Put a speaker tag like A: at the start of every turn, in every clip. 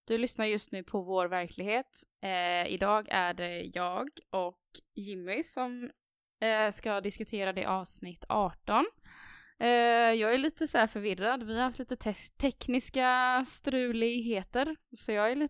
A: Du lyssnar just nu på Vår verklighet. Idag är det jag och Jimmy som ska diskutera det avsnitt 18. Jag är lite så här förvirrad. Vi har haft lite tekniska struligheter. Så jag är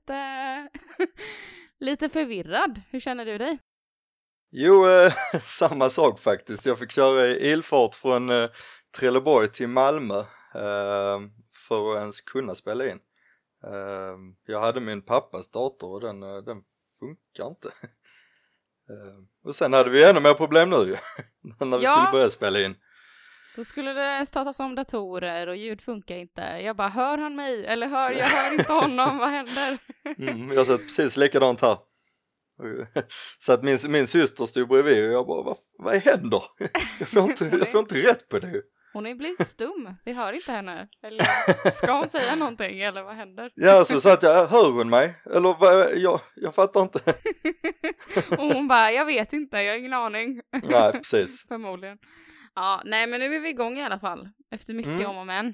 A: lite förvirrad. Hur känner du dig?
B: Jo, samma sak faktiskt. Jag fick köra i ilfart från Trelleborg till Malmö för att ens kunna spela in. Jag hade min pappas dator och den funkar inte. Och sen hade vi ännu mer problem nu ju, när vi skulle börja spela in.
A: Då skulle det startas om datorer och ljud funkar inte. Jag bara, hör han mig? Eller jag hör inte honom, vad händer?
B: Jag satt precis likadant här. Så att min syster stod bredvid och jag bara, vad händer? Jag får inte rätt på det.
A: Hon är blivit stum, vi hör inte henne. Eller ska hon säga någonting eller vad händer?
B: Ja, så satt hör hon mig? Eller jag fattar inte.
A: Och hon bara, jag vet inte, jag har ingen aning.
B: Nej, precis.
A: Förmodligen. Ja, nej men nu är vi igång i alla fall. Efter mycket om och men.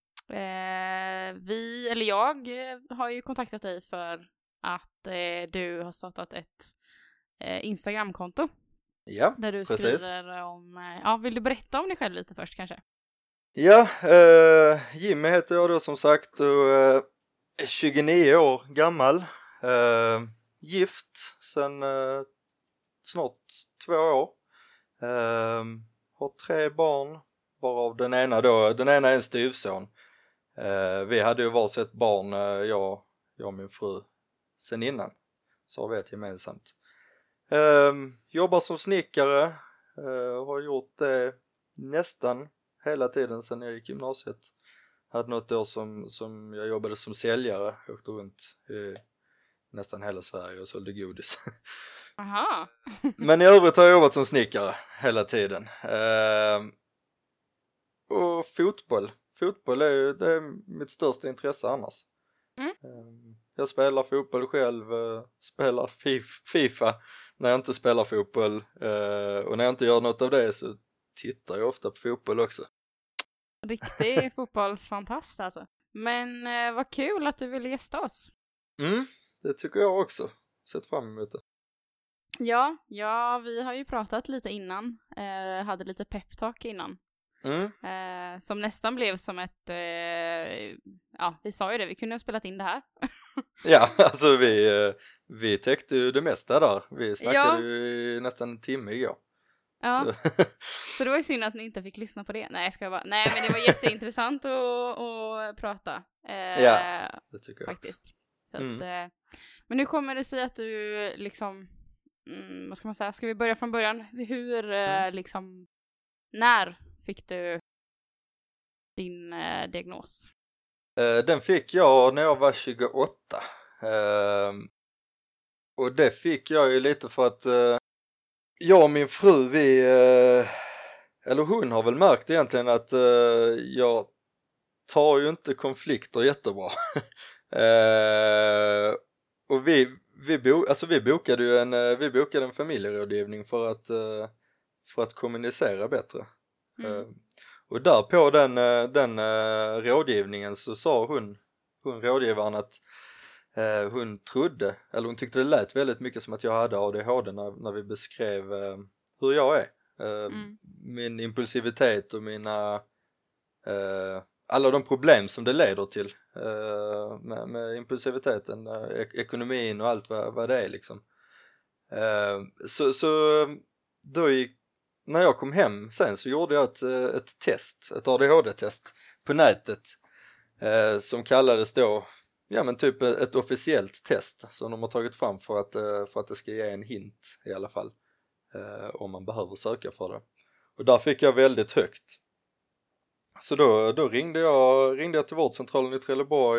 A: Jag har ju kontaktat dig för att du har startat ett Instagramkonto.
B: Ja,
A: där du
B: precis.
A: Skriver om, vill du berätta om dig själv lite först kanske?
B: Ja, Jimmy heter jag då som sagt och är 29 år gammal. Gift sedan snart 2 år. Har 3 barn, varav den ena är en styvson. Vi hade ju varsitt barn, jag och min fru, sen innan. Så har vi ett gemensamt. Jobbar som snickare, har gjort det nästan hela tiden sedan jag gick gymnasiet. Hade något år som jag jobbade som säljare, åkte runt i nästan hela Sverige och sålde godis.
A: Aha.
B: Men i övrigt har jag jobbat som snickare hela tiden. Och fotboll det är mitt största intresse annars. Jag spelar fotboll själv, spelar FIFA när jag inte spelar fotboll, och när jag inte gör något av det så tittar jag ofta på fotboll också.
A: Riktig fotbollsfantast alltså. Men vad kul att du ville gästa oss.
B: Det tycker jag också. Sett fram emot det.
A: Ja, vi har ju pratat lite innan. Hade lite peptalk innan. Som nästan blev som ett vi sa ju det, vi kunde ha spelat in det här.
B: Ja, alltså vi täckte ju det mesta där. Vi snackade ju i nästan en timme igår.
A: Ja, så det var ju synd att ni inte fick lyssna på det. Nej men det var jätteintressant att prata.
B: Ja, det tycker jag
A: faktiskt. Så att, men nu kommer det sig att du liksom, vad ska man säga, ska vi börja från början? Hur när fick du din diagnos?
B: Den fick jag när jag var 28. Och det fick jag ju lite för att jag och min fru, eller hon har väl märkt egentligen att jag tar ju inte konflikter jättebra. Och vi bokade en familjerådgivning för att kommunicera bättre. Och där på den rådgivningen så sa hon rådgivaren att hon tyckte det lät väldigt mycket som att jag hade ADHD när vi beskrev hur jag är. Min impulsivitet och mina alla de problem som det leder till med impulsiviteten, ekonomin och allt vad det är liksom. Så då när jag kom hem sen så gjorde jag ett ADHD-test på nätet som kallades då typ ett officiellt test som de har tagit fram för att det ska ge en hint i alla fall om man behöver söka för det. Och där fick jag väldigt högt. Så då ringde jag till vårdcentralen i Trelleborg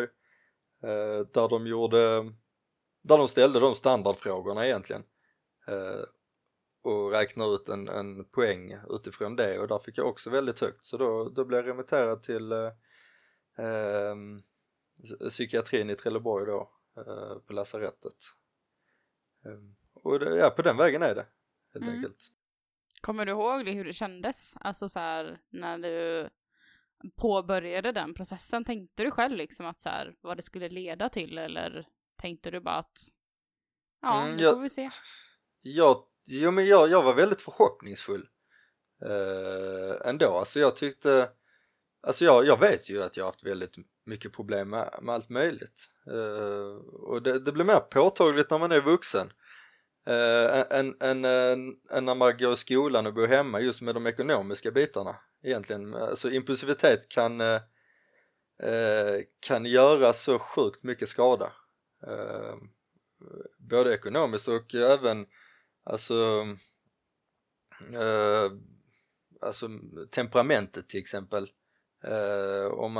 B: där de ställde de standardfrågorna egentligen och räknade ut en poäng utifrån det, och där fick jag också väldigt högt. Så då blev jag remitterad till psykiatrin i Trelleborg då, på lasarettet. Och på den vägen är det helt enkelt.
A: Kommer du ihåg hur det kändes? Alltså så här, när du påbörjade den processen, tänkte du själv liksom att så här, vad det skulle leda till, eller tänkte du bara att ja, det
B: jag,
A: får vi se.
B: jag var väldigt förhoppningsfull ändå. Alltså jag tyckte, alltså jag vet ju att jag har haft väldigt mycket problem med allt möjligt. Och det blir mer påtagligt när man är vuxen än när man går i skolan och bor hemma, just med de ekonomiska bitarna egentligen. Alltså impulsivitet kan göra så sjukt mycket skada. Både ekonomiskt och även alltså temperamentet till exempel. Om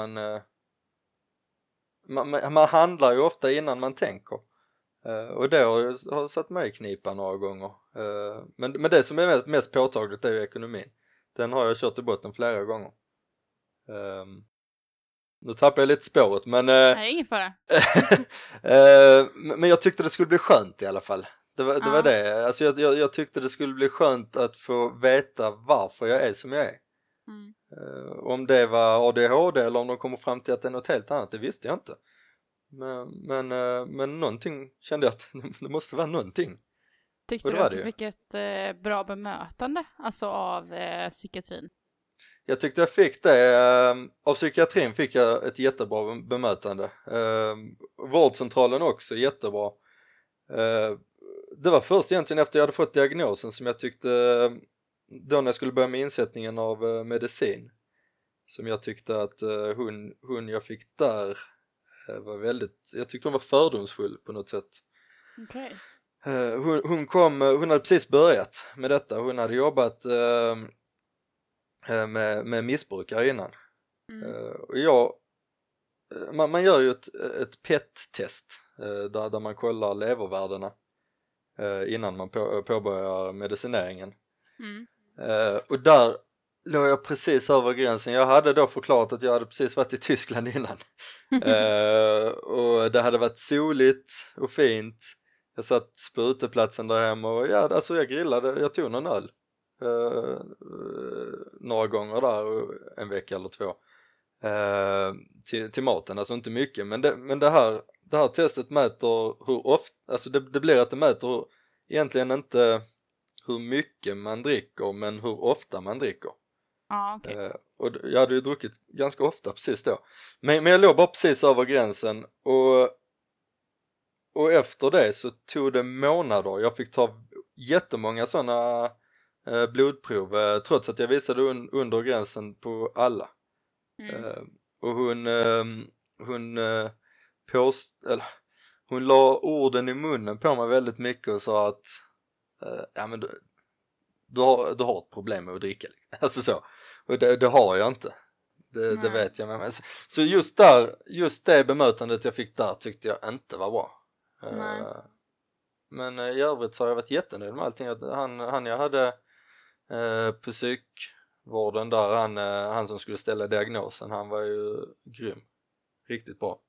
B: man handlar ju ofta innan man tänker. Och det har satt mig i knipa några gånger. Men det som är mest påtagligt är ju ekonomin. Den har jag kört i botten flera gånger. Nu tappar jag lite spåret, men
A: Nej, ingen fara.
B: men jag tyckte det skulle bli skönt i alla fall. Det var det. Alltså jag tyckte det skulle bli skönt att få veta varför jag är som jag är. Om det var ADHD eller om de kommer fram till att det är något helt annat, det visste jag inte. Men någonting kände jag att det måste vara någonting.
A: Tyckte du att du fick ett bra bemötande alltså av psykiatrin?
B: Jag tyckte jag fick det. Av psykiatrin fick jag ett jättebra bemötande. Vårdcentralen också jättebra. Det var först egentligen efter jag hade fått diagnosen som jag tyckte, då när jag skulle börja med insättningen av medicin, som jag tyckte att hon jag fick där var väldigt, jag tyckte hon var fördomsfull på något sätt.
A: Okej.
B: Hon hade precis börjat med detta. Hon hade jobbat med missbrukare innan. Och man gör ju ett PET-test där man kollar levervärdena innan man påbörjar medicineringen. Och där låg jag precis över gränsen. Jag hade då förklarat att jag hade precis varit i Tyskland innan. Och det hade varit soligt och fint. Jag satt på uteplatsen där hemma och alltså jag grillade, jag tog någon öl några gånger där, en vecka eller två, till maten, alltså inte mycket, men det här testet mäter hur ofta, alltså det blir att det mäter egentligen inte hur mycket man dricker, men hur ofta man dricker.
A: Okay.
B: Och jag hade ju druckit ganska ofta precis då, men jag låg bara precis över gränsen, och efter det så tog det månader. Jag fick ta jättemånga sådana blodprov, trots att jag visade under gränsen på alla. Och hon la orden i munnen på mig väldigt mycket och sa att ja, men du har ett problem med att dricka. Alltså så. Och det har jag inte. Det vet jag med mig. Så just det bemötandet jag fick där tyckte jag inte var bra. Men i övrigt så har jag varit jättenöjd med allting. Han jag hade på psykvården där, han som skulle ställa diagnosen, han var ju grym. Riktigt bra.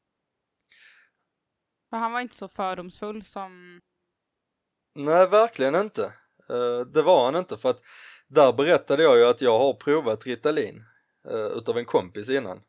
A: För han var inte så fördomsfull som...
B: Nej, verkligen inte. Det var han inte, för att där berättade jag ju att jag har provat Ritalin utav en kompis innan.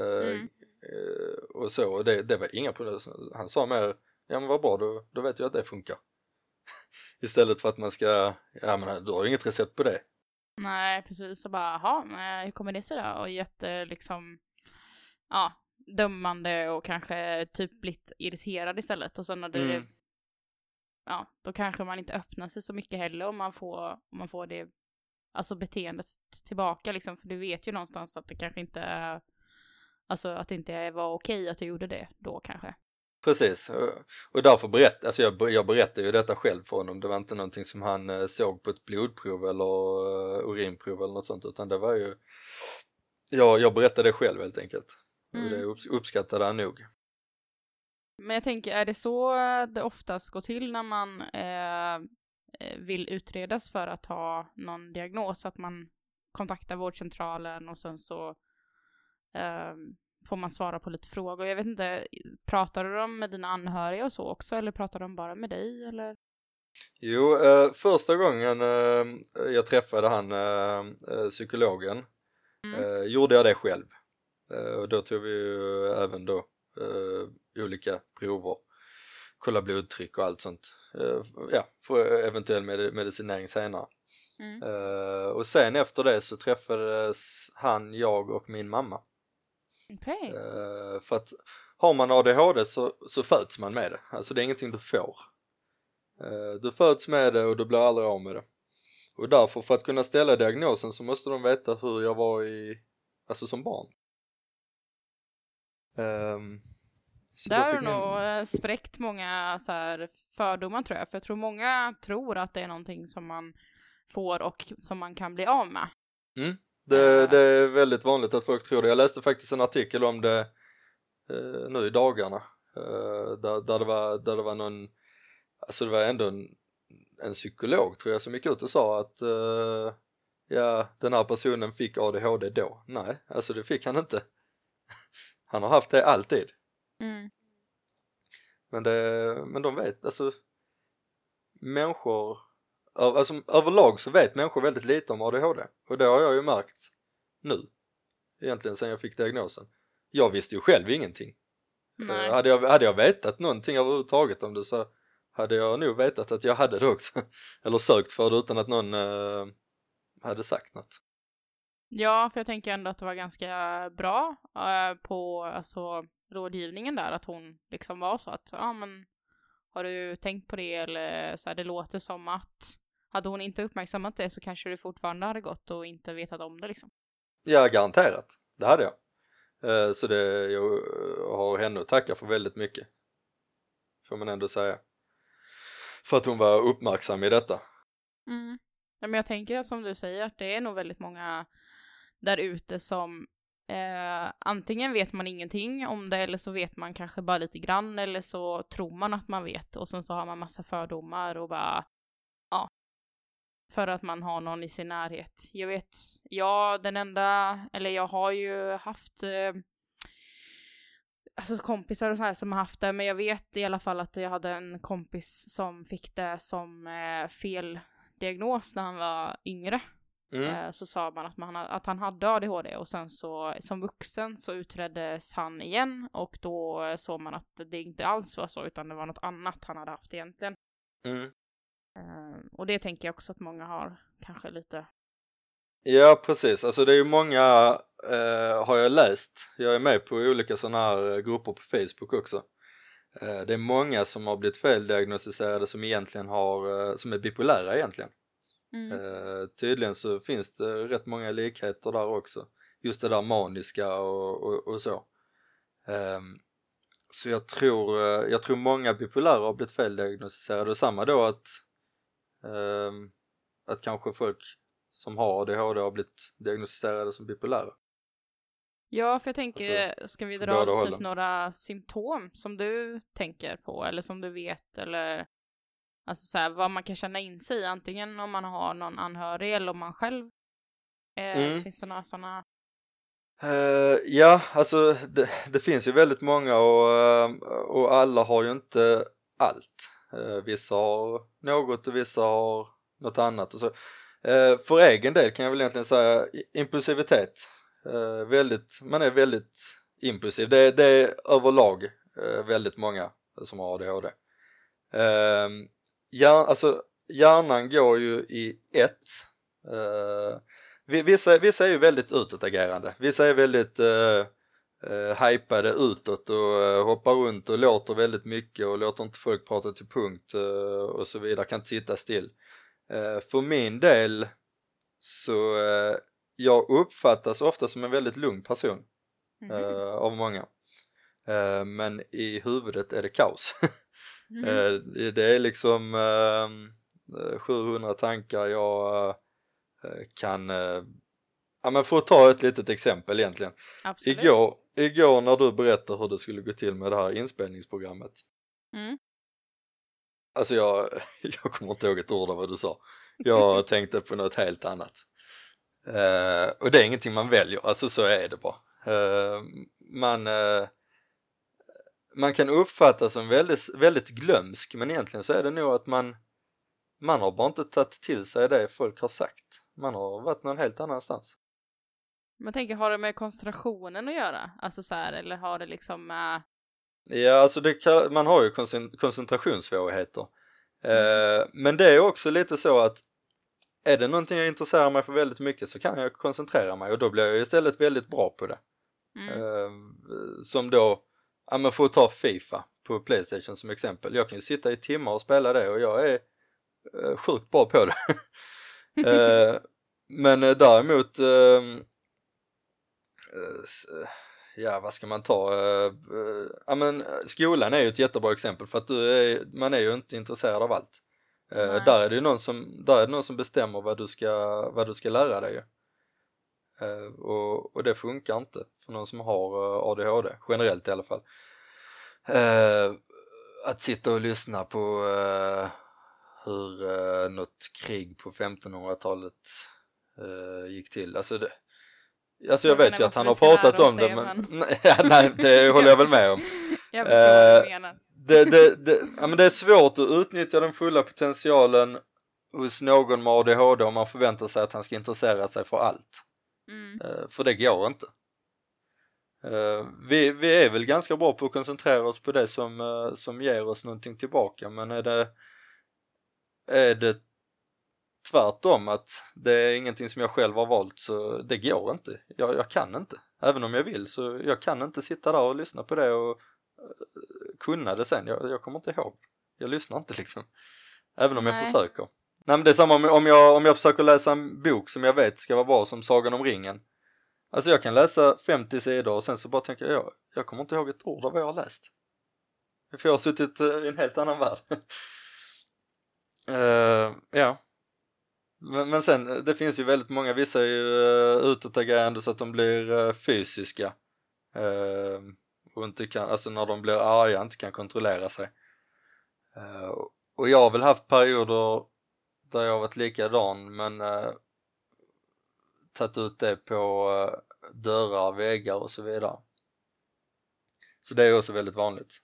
B: Och så, och det var inga problem. Han sa mer, ja men vad bra, då vet jag att det funkar. Istället för att man ska, ja men du har ju inget recept på det.
A: Nej, precis. Så bara, jaha, hur kommer det sig då? Och jätte liksom, ja, dömande och kanske typ blivit irriterad istället. Och så när det, ja, då kanske man inte öppnar sig så mycket heller om man får det, alltså beteendet tillbaka liksom. För du vet ju någonstans att det kanske inte är, alltså att det inte var okej att du gjorde det då kanske.
B: Precis, och därför jag berättade ju detta själv för honom. Det var inte någonting som han såg på ett blodprov eller urinprov eller något sånt, utan det var ju, jag berättade det själv helt enkelt. Och det uppskattade han nog.
A: Men jag tänker, är det så det oftast går till när man vill utredas för att ha någon diagnos, att man kontaktar vårdcentralen och sen så får man svara på lite frågor? Jag vet inte, pratar de med dina anhöriga och så också, eller pratar de bara med dig, eller?
B: Jo, första gången jag träffade han psykologen gjorde jag det själv. Och då tog vi ju även då olika prover. kolla blodtryck och allt sånt. Ja, få eventuell medicinering senare. Och sen efter det så träffades han, jag och min mamma.
A: Okej.
B: För att har man ADHD så föds man med det. Alltså det är ingenting du får. Du föds med det och du blir aldrig av med det. Och därför, för att kunna ställa diagnosen, så måste de veta hur jag var alltså som barn.
A: Där har du nog spräckt många så här fördomar, tror jag. För jag tror många tror att det är någonting som man får och som man kan bli av med.
B: Det är väldigt vanligt att folk tror det. Jag läste faktiskt en artikel om det nu i dagarna. Där det var någon, alltså det var ändå en psykolog, tror jag, som gick ut och sa att ja, den här personen fick ADHD då. Nej, alltså det fick han inte. Han har haft det alltid. Men de vet, alltså människor, alltså överlag så vet människor väldigt lite om ADHD. Och det har jag ju märkt nu, egentligen sen jag fick diagnosen. Jag visste ju själv ingenting. Hade jag vetat någonting överhuvudtaget om det, så hade jag nog vetat att jag hade det också. Eller sökt för det utan att någon hade sagt något.
A: Ja, för jag tänker ändå att det var ganska bra på alltså rådgivningen där, att hon liksom var så att, ja men har du tänkt på det, eller så här, det låter som att hade hon inte uppmärksammat det så kanske det fortfarande hade gått och inte vetat om det liksom.
B: Ja, garanterat. Det hade jag. Så jag har henne att tacka för väldigt mycket. Får man ändå säga. För att hon var uppmärksam i detta.
A: Ja, men jag tänker som du säger att det är nog väldigt många där ute som antingen vet man ingenting om det, eller så vet man kanske bara lite grann, eller så tror man att man vet och sen så har man massa fördomar och bara för att man har någon i sin närhet. Jag vet, jag har ju haft alltså kompisar och så här som har haft det, men jag vet i alla fall att jag hade en kompis som fick det som fel diagnos när han var yngre. Så sa man att han hade ADHD, och sen så som vuxen så utreddes han igen, och då såg man att det inte alls var så, utan det var något annat han hade haft egentligen. Och det tänker jag också att många har kanske lite.
B: Ja, precis. Alltså det är ju många, har jag läst. Jag är med på olika sådana här grupper på Facebook också. Det är många som har blivit feldiagnostiserade som egentligen som är bipolära egentligen. Tydligen så finns det rätt många likheter där också. Just det där maniska och så. Så jag tror många bipolära har blivit feldiagnostiserade, och samma då att kanske folk som har ADHD har blivit diagnostiserade som bipolära.
A: Ja, för jag tänker, alltså, ska vi dra typ några symptom som du tänker på, eller som du vet, eller alltså så här, vad man kan känna in sig, antingen om man har någon anhörig eller om man själv finns det några sådana?
B: Ja, alltså det finns ju väldigt många, och alla har ju inte allt. Vissa har något och vissa har något annat och så. För egen del kan jag väl egentligen säga impulsivitet. Man är väldigt impulsiv. Det är överlag väldigt många som har ADHD. Alltså hjärnan går ju i ett. Vissa är ju väldigt utåtagerande. Vissa är väldigt hypade utåt och hoppar runt och låter väldigt mycket och låter inte folk prata till punkt och så vidare, kan inte sitta still. För min del så jag uppfattas ofta som en väldigt lugn person av många. Men i huvudet är det kaos. Det är liksom 700 tankar. Jag kan men för att ta ett litet exempel egentligen.
A: Absolut.
B: Igår när du berättade hur det skulle gå till med det här inspelningsprogrammet. Alltså jag kommer inte ihåg ett ord av vad du sa. Jag tänkte på något helt annat. Och det är ingenting man väljer, alltså så är det bara. Man kan uppfattas som väldigt, väldigt glömsk, men egentligen så är det nog att man har bara inte tagit till sig det folk har sagt. Man har varit någon helt annanstans.
A: Man tänker, har det med koncentrationen att göra? Alltså så här, eller har det liksom
B: Ja, alltså man har ju koncentrationssvårigheter. Men det är också lite så att är det någonting jag intresserar mig för väldigt mycket så kan jag koncentrera mig och då blir jag istället väldigt bra på det. Som då, ja men för att ta FIFA på PlayStation som exempel. Jag kan ju sitta i timmar och spela det och jag är sjukt bra på det. Men däremot ja, vad ska man ta? Ja, men skolan är ju ett jättebra exempel för att man är ju inte intresserad av allt. Där är det ju någon som bestämmer vad du ska lära dig. Och det funkar inte för någon som har ADHD, generellt i alla fall. Att sitta och lyssna på hur något krig på 1500-talet gick till. Alltså jag vet ju att han har pratat om det, men nej, det håller jag väl med om.
A: Jag förstår vad du menar.
B: Ja, men det är svårt att utnyttja den fulla potentialen hos någon med ADHD om man förväntar sig att han ska intressera sig för allt. För det går inte. Vi är väl ganska bra på att koncentrera oss på det som ger oss någonting tillbaka, men är det tvärtom att det är ingenting som jag själv har valt, så det går inte. Jag kan inte. Även om jag vill, så jag kan inte sitta där och lyssna på det och kunna det sen. Jag kommer inte ihåg. Jag lyssnar inte liksom. Även om jag försöker. Nej, men det är samma om jag försöker läsa en bok som jag vet ska vara bra, som Sagan om ringen. Alltså jag kan läsa 50 sidor och sen så bara tänker jag kommer inte ihåg ett ord av vad jag har läst. För jag har suttit i en helt annan värld. Ja. Men sen, det finns ju väldigt många, vissa är ju utåtagerande så att de blir fysiska. Och inte kan, alltså när de blir arga inte kan kontrollera sig. Och jag har väl haft perioder där jag har varit likadan, men tagit ut det på dörrar, väggar och så vidare. Så det är också väldigt vanligt.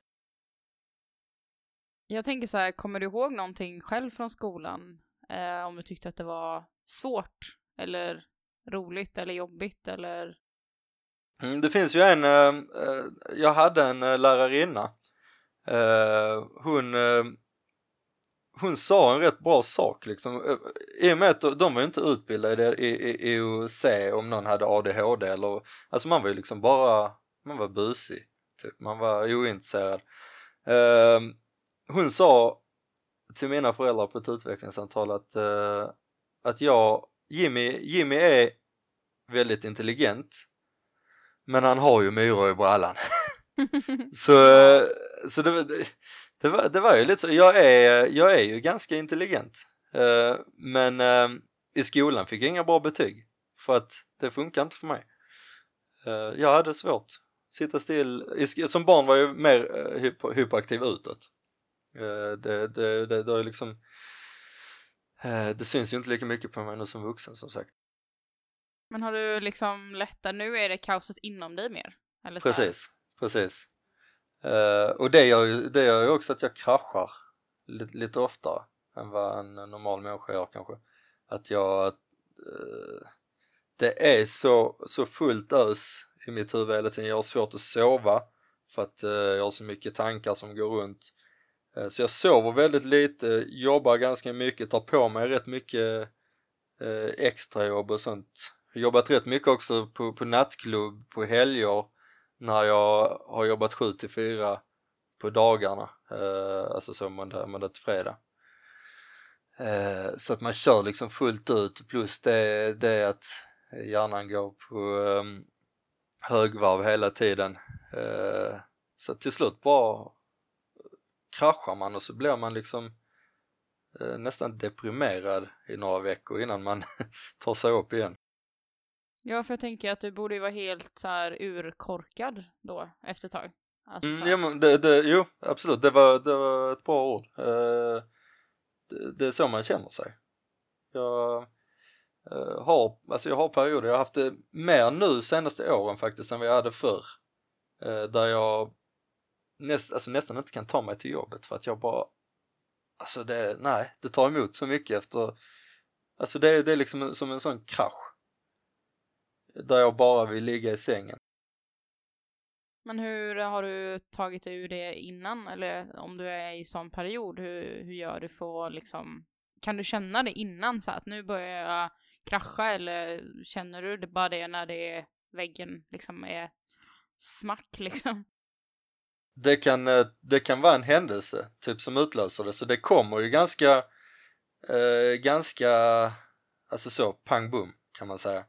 A: Jag tänker så här, kommer du ihåg någonting själv från skolan? Om du tyckte att det var svårt eller roligt eller jobbigt eller?
B: Det finns ju jag hade en lärarinna. Hon sa en rätt bra sak liksom. I och med att de var ju inte utbildade i att se om någon hade ADHD eller, alltså man var ju liksom man var busig typ, man var ointresserad. Hon sa till mina föräldrar på ett utvecklingssamtal att Jimmy är väldigt intelligent, men han har ju myror i brallan. så det var ju lite så. Jag är ju ganska intelligent, men i skolan fick jag inga bra betyg för att det funkar inte för mig. Jag hade svårt sitta still. Som barn var jag mer hyperaktiv utåt. Det är liksom, det syns ju inte lika mycket på mig nu som vuxen, som sagt.
A: Men har du liksom lättare nu? Är det kaoset inom dig mer? Eller så
B: precis. Och det gör ju också att jag kraschar lite oftare än vad en normal människa gör kanske. Att det är så fullt ös i mitt huvud hela tiden. Jag har svårt att sova för att jag har så mycket tankar som går runt. Så jag sover väldigt lite, jobbar ganska mycket, tar på mig rätt mycket extrajobb och sånt. Jag har jobbat rätt mycket också på nattklubb på helger när jag har jobbat 7-4 på dagarna, alltså så måndag till fredag. Så att man kör liksom fullt ut, plus det att hjärnan går på högvarv hela tiden. Så till slut bara kraschar man och så blir man liksom nästan deprimerad i några veckor innan man tar sig upp igen.
A: Ja, för jag tänker att du borde ju vara helt så här urkorkad då efter ett tag. Alltså,
B: ja, men jo, absolut, det var ett bra ord. Det är så man känner sig. Jag har perioder, jag har haft det mer nu senaste åren faktiskt än vad jag hade förr. Där jag nästan inte kan ta mig till jobbet för att jag bara, alltså det tar emot så mycket efter, alltså det är liksom som en sån krasch där jag bara vill ligga i sängen.
A: Men hur har du tagit ur det innan? Eller om du är i sån period, hur gör du för liksom... Kan du känna det innan så att nu börjar jag krascha, eller känner du det bara det när det är väggen liksom är smack liksom?
B: Det kan vara en händelse typ som utlöser det, så det kommer ju ganska alltså så pang boom kan man säga.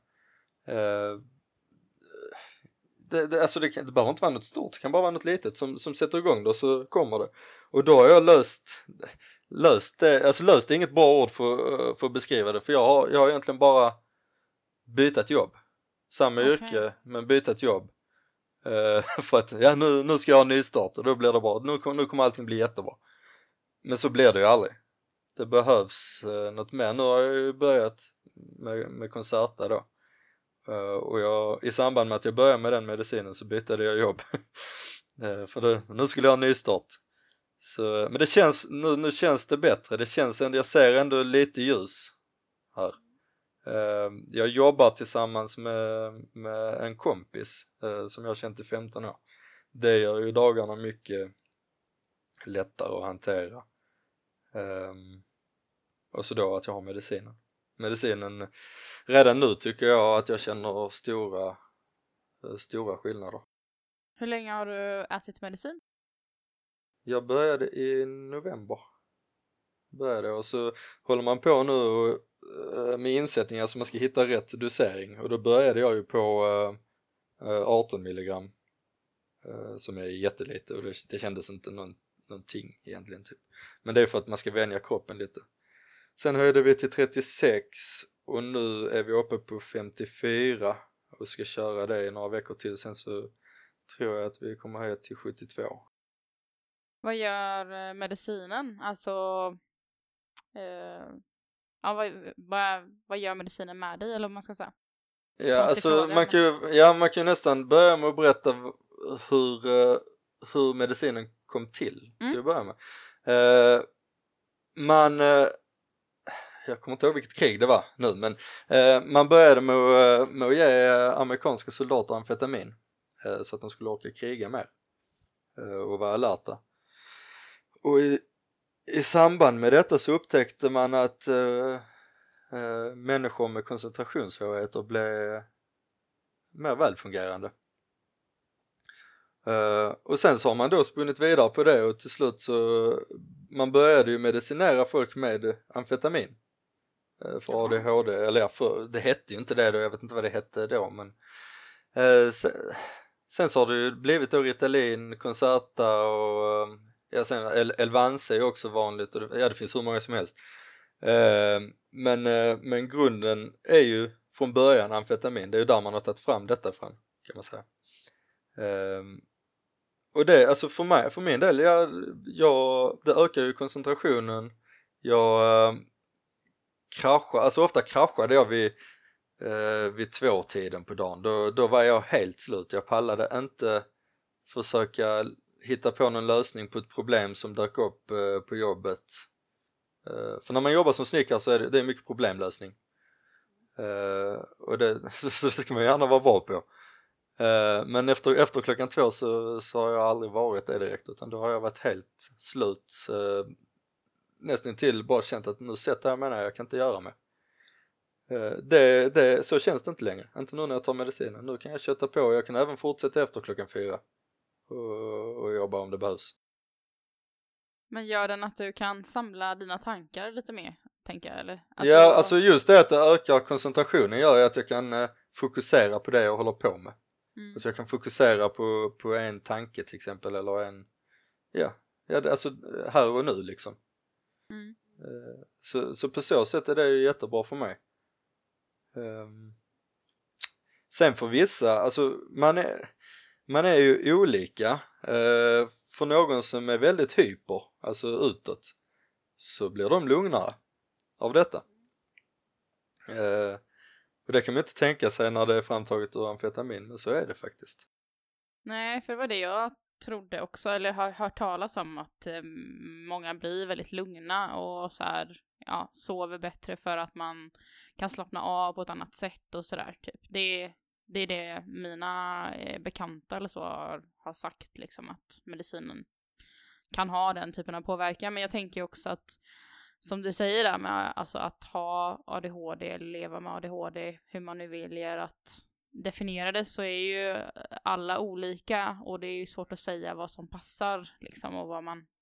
B: Alltså det behöver inte vara något stort, det kan bara vara något litet som sätter igång då, så kommer det. Och då har jag löst det, alltså löst är inget bra ord för att beskriva det, för jag har egentligen bara bytt ett jobb. Samma yrke, men bytt ett jobb. För att nu ska jag ha en nystart och då blir det bra. Nu kommer allting bli jättebra. Men så blir det ju aldrig. Det behövs något mer. Nu har jag ju börjat med konserter då. Och i samband med att jag började med den medicinen så bytte jag jobb. För nu skulle jag ha en nystart. Så, men det känns, nu känns det bättre. Det känns ändå, jag ser ändå lite ljus här. Jag jobbar tillsammans med en kompis som jag har känt i 15 år. Det gör ju dagarna mycket lättare att hantera. Och så då att jag har medicinen redan nu tycker jag att jag känner stora skillnader.
A: Hur länge har du ätit medicin?
B: Jag började i november. Och så håller man på nu med insättningar så man ska hitta rätt dosering, och då började jag ju på 18 milligram som är jättelite, och det kändes inte någonting egentligen typ. Men det är för att man ska vänja kroppen lite. Sen höjde vi till 36 och nu är vi uppe på 54 och ska köra det i några veckor till. Sen så tror jag att vi kommer höja till 72.
A: Vad gör medicinen? Alltså, vad gör medicinen med dig, eller vad man ska säga?
B: Ja, alltså man kan ju nästan börja med att berätta hur medicinen kom till att börja med. Jag kommer inte ihåg vilket krig det var nu, men man började med att ge amerikanska soldater amfetamin så att de skulle orka kriga mer och vara alerta. Och i samband med detta så upptäckte man att människor med koncentrationssvårigheter blev mer välfungerande. Och sen så har man då spunnit vidare på det, och till slut så man började ju medicinera folk med amfetamin för ADHD, eller det hette ju inte det då, jag vet inte vad det hette då, men sen så har det ju blivit då Ritalin, Concerta och sen Elvanse är också vanligt, och det finns hur många som helst. Men grunden är ju från början amfetamin. Det är ju där man har tagit fram detta fram, kan man säga. Och det, alltså för min del, det ökar ju koncentrationen. Jag kraschar, alltså ofta kraschade jag vid 2-tiden på dagen. Då var jag helt slut. Jag pallade inte försöka hitta på någon lösning på ett problem som dök upp på jobbet. För när man jobbar som snickare så är det mycket problemlösning. Och så det ska man gärna vara bra på. Men efter klockan 2 så har jag aldrig varit det direkt, utan då har jag varit helt slut. Nästan till bara känt att nu sätter jag mig ner, jag kan inte göra mer. Så känns det inte längre. Inte nu när jag tar medicinen. Nu kan jag köta på, och jag kan även fortsätta efter klockan 4 och jobba om det behövs.
A: Men gör den att du kan samla dina tankar lite mer, tänker jag, eller?
B: Alltså just det att det ökar koncentrationen gör att jag kan fokusera på det jag håller på med. Alltså jag kan fokusera på en tanke till exempel, eller alltså här och nu liksom. Så på så sätt är det ju jättebra för mig. Sen för vissa, alltså man är ju olika. För någon som är väldigt hyper, alltså utåt, så blir de lugnare av detta. Och det kan man inte tänka sig när det är framtaget ur amfetamin, men så är det faktiskt.
A: Nej, för det var det jag trodde också, eller har hört talas om, att många blir väldigt lugna och så här, sover bättre för att man kan slappna av på ett annat sätt och sådär typ. Det är det mina bekanta eller så har sagt, liksom, att medicinen kan ha den typen av påverkan. Men jag tänker också att, som du säger där med alltså att ha ADHD eller leva med ADHD, hur man nu väljer att definiera det, så är ju alla olika, och det är ju svårt att säga vad som passar liksom, och vad man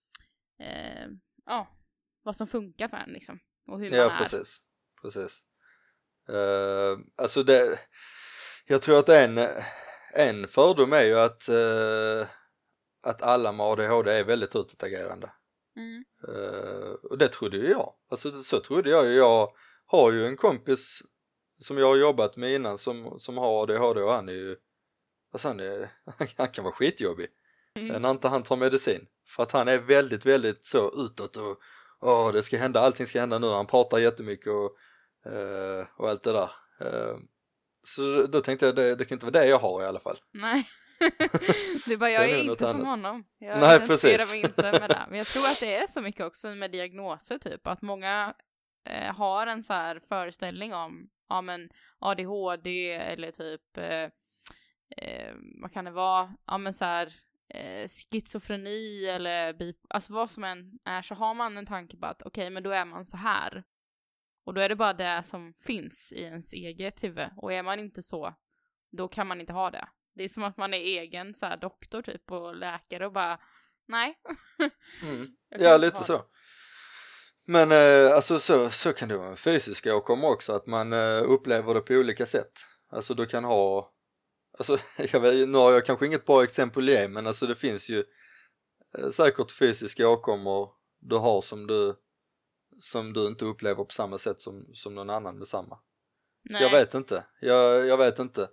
A: vad som funkar för en liksom, och hur man är.
B: Precis. Alltså jag tror att en fördom är ju att alla med ADHD är väldigt utåtagerande. Och det trodde ju jag. Alltså så trodde jag ju. Jag har ju en kompis som jag har jobbat med innan som har ADHD, och han är ju, alltså han kan vara skitjobbig när inte han tar medicin. För att han är väldigt, väldigt så utåt och det ska hända, allting ska hända nu. Han pratar jättemycket och allt det där. Så då tänkte jag, det kan inte vara det jag har i alla fall.
A: Nej. Det bara, jag är inte som honom. Jag
B: Nej,
A: identifierar mig inte med det. Men jag tror att det är så mycket också med diagnoser typ. Att många har en så här föreställning om men ADHD eller typ vad kan det vara? Ja men så här schizofreni eller alltså vad som än är, så har man en tanke på att okej, men då är man så här. Och då är det bara det som finns i ens eget huvud. Och är man inte så, då kan man inte ha det. Det är som att man är egen så här doktor typ och läkare och bara, nej.
B: Ja, lite så. Men alltså så kan det vara med fysiska åkommor också, att man upplever det på olika sätt. Alltså du kan ha, alltså nu har jag kanske inget bra exempel att ge, men alltså det finns ju säkert fysiska åkommor du har som du inte upplever på samma sätt som någon annan med samma. Nej. Jag vet inte. Jag vet inte.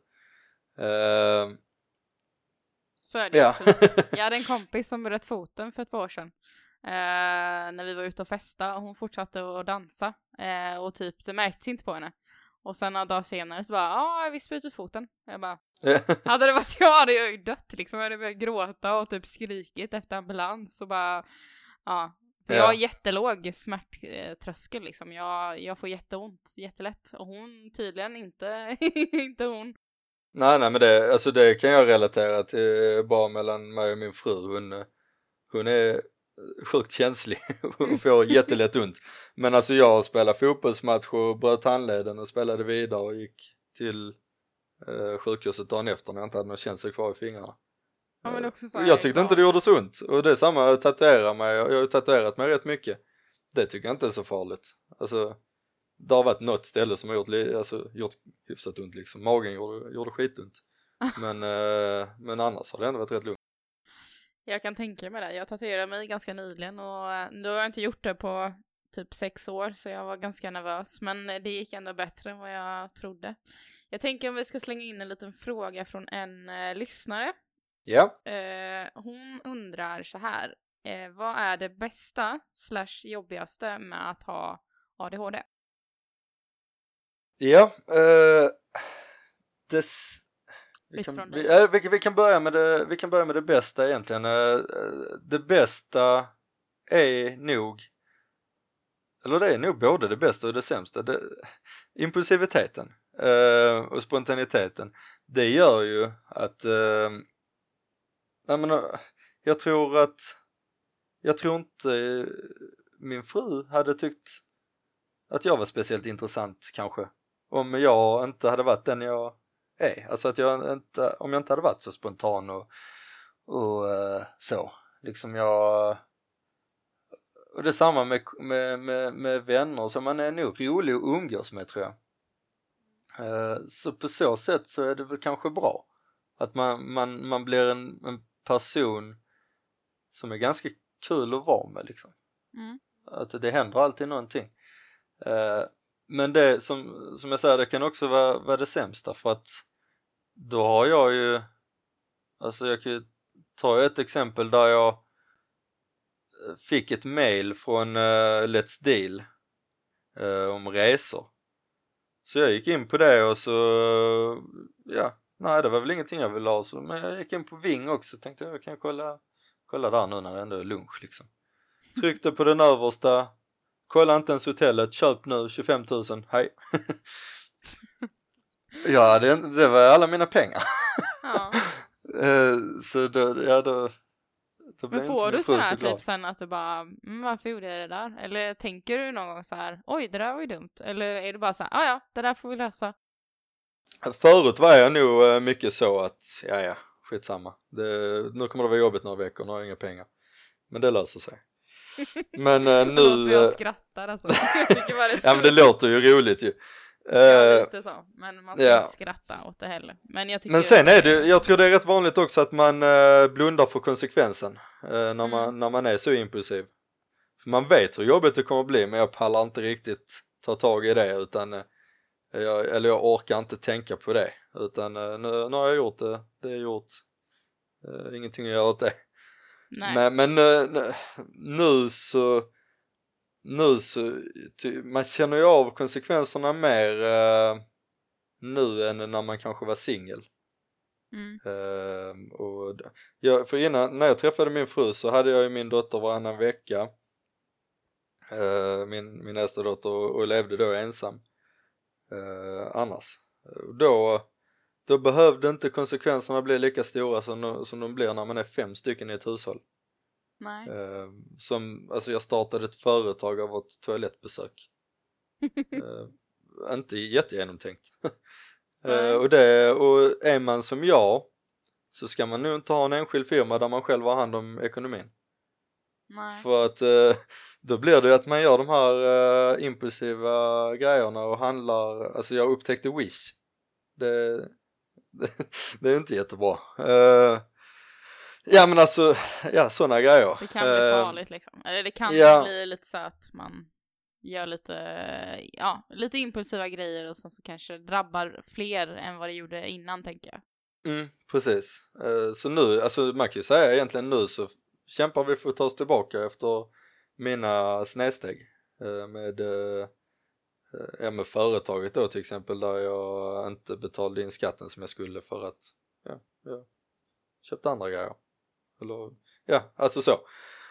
A: Så är det också. Jag hade en kompis som bröt foten för ett par år sedan. När vi var ute och festa, och hon fortsatte att dansa. Och typ, det märktes inte på henne. Och sen några dagar senare så bara, jag visst brutit foten. Jag bara, hade det varit jag hade jag ju dött liksom. Jag hade börjat gråta och typ skrikit efter ambulans och bara, För jag har jättelåg smärttröskel liksom. Jag får jätteont, jättelätt. Och hon tydligen inte, inte hon.
B: Nej, men det kan jag relatera till bara mellan mig och min fru. Hon är sjukt känslig och får jättelätt ont. Men alltså jag spelade fotbollsmatch och bröt handleden och spelade vidare och gick till sjukhuset dagen efter när jag inte hade någon känsel kvar i fingrarna.
A: Ja, men också så
B: jag tyckte inte det gjorde så ont. Och det är samma, tatuera mig. Jag har tatuerat mig rätt mycket. Det tycker jag inte är så farligt. Alltså, det har varit något ställe som har gjort hyfsat ont liksom. Magen gjorde skitont. Men annars har det ändå varit rätt lugnt.
A: Jag kan tänka mig det. Jag tatuerade mig ganska nyligen och nu har jag inte gjort det på typ 6 år, så jag var ganska nervös. Men det gick ändå bättre än vad jag trodde. Jag tänker om vi ska slänga in en liten fråga från en lyssnare.
B: Ja.
A: Hon undrar så här. Vad är det bästa / jobbigaste med att ha ADHD?
B: Ja, vi kan börja med det bästa egentligen. Det bästa är nog, eller det är nog både det bästa och det sämsta. Impulsiviteten och spontaniteten. Det gör ju att jag tror inte min fru hade tyckt att jag var speciellt intressant kanske om jag inte hade varit den jag är. Alltså att om jag inte hade varit så spontan och så. Liksom och det är samma med vänner som man är nog rolig att umgås med, tror jag. Så på så sätt så är det väl kanske bra att man blir en person som är ganska kul att vara med liksom. Att det händer alltid någonting. Men det som jag säger, det kan också vara det sämsta, för att då har jag ju, alltså jag kan ta ett exempel där jag fick ett mail från Let's Deal om resor. Så jag gick in på det och så det var väl ingenting jag ville ha, men jag gick in på Ving också, tänkte jag kan kolla där nu när det ändå är lunch liksom. Tryckte på den översta, kolla inte ens hotellet, köp nu 25 000, hej. Ja, det var alla mina pengar.
A: Ja.
B: Så då
A: Men
B: blev inte
A: får
B: min
A: du
B: fru
A: sådär
B: så glad.
A: typ sen att du bara, varför gjorde jag det där? Eller tänker du någon gång så här, oj, det där var ju dumt. Eller är du bara så här, ja, det där får vi lösa.
B: Förut var jag nog mycket så att, ja, skitsamma. Nu kommer det vara jobbigt några veckor, nu har jag inga pengar. Men det löser sig. Men
A: Nu
B: nu...
A: låter vi oss skrattar alltså. Jag tycker bara det är så.
B: Ja, men det låter ju roligt ju.
A: Ja, lite så. Men man ska
B: ja.
A: inte skratta åt det heller. Men
B: Men sen är det, jag tror det är rätt vanligt också att man blundar för konsekvensen när man är så impulsiv. För man vet hur jobbigt det kommer att bli, men jag pallar inte riktigt ta tag i det, utan jag orkar inte tänka på det, utan nu har jag gjort det är gjort, ingenting att göra åt det.
A: Nej.
B: Men nu så man känner ju av konsekvenserna mer nu än när man kanske var singel. För innan, när jag träffade min fru, så hade jag ju min dotter varannan vecka, min äldsta dotter, och levde då ensam annars. Då behövde inte konsekvenserna bli lika stora som de blir när man är 5 stycken i ett hushåll.
A: Nej.
B: Alltså jag startade ett företag av ett toalettbesök. Inte jättegenomtänkt. Och är man som jag, så ska man nu inte ha en enskild firma där man själv har hand om ekonomin.
A: Nej.
B: För att då blir det att man gör de här impulsiva grejerna och handlar. Alltså jag upptäckte Wish. Det är inte jättebra. Ja, men alltså, ja, sådana grejer.
A: Det kan bli farligt liksom. Eller det kan bli lite så att man gör lite impulsiva grejer och så kanske drabbar fler än vad det gjorde innan, tänker jag.
B: Precis. Så nu, alltså man kan ju säga egentligen nu så kämpar vi för att ta oss tillbaka efter mina snedsteg med företaget då till exempel, där jag inte betalade in skatten som jag skulle för att jag köpte andra grejer. Eller, ja, alltså så.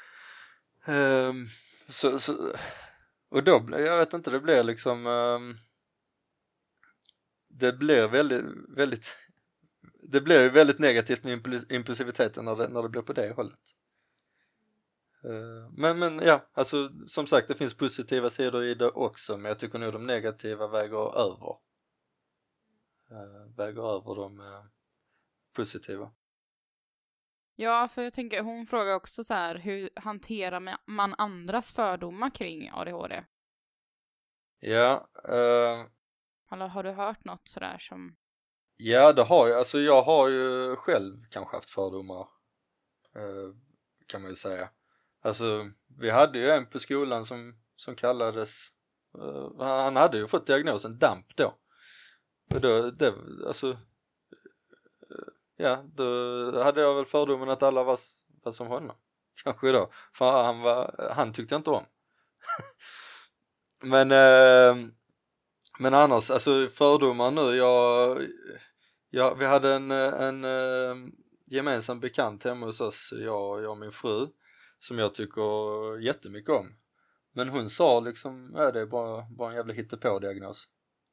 B: Och då, jag vet inte, det blir liksom det blir väldigt negativt med impulsiviteten när det blir på det hållet. Men ja, alltså som sagt, det finns positiva sidor i det också, men jag tycker nog de negativa väger över de positiva.
A: Ja, för jag tänker, hon frågar också så här, hur hanterar man andras fördomar kring ADHD?
B: Ja.
A: Har du hört något sådär som...
B: Ja, det har jag. Alltså jag har ju själv kanske haft fördomar, kan man ju säga. Alltså vi hade ju en på skolan som kallades, han hade ju fått diagnosen DAMP då. Och då hade jag väl fördomen att alla var som honom. Kanske då. För han tyckte inte om. Men annars, alltså fördomar nu, vi hade en gemensam bekant hemma hos oss, jag och min fru, som jag tycker jättemycket om. Men hon sa liksom, det är bara en jävla hittepå-diagnos.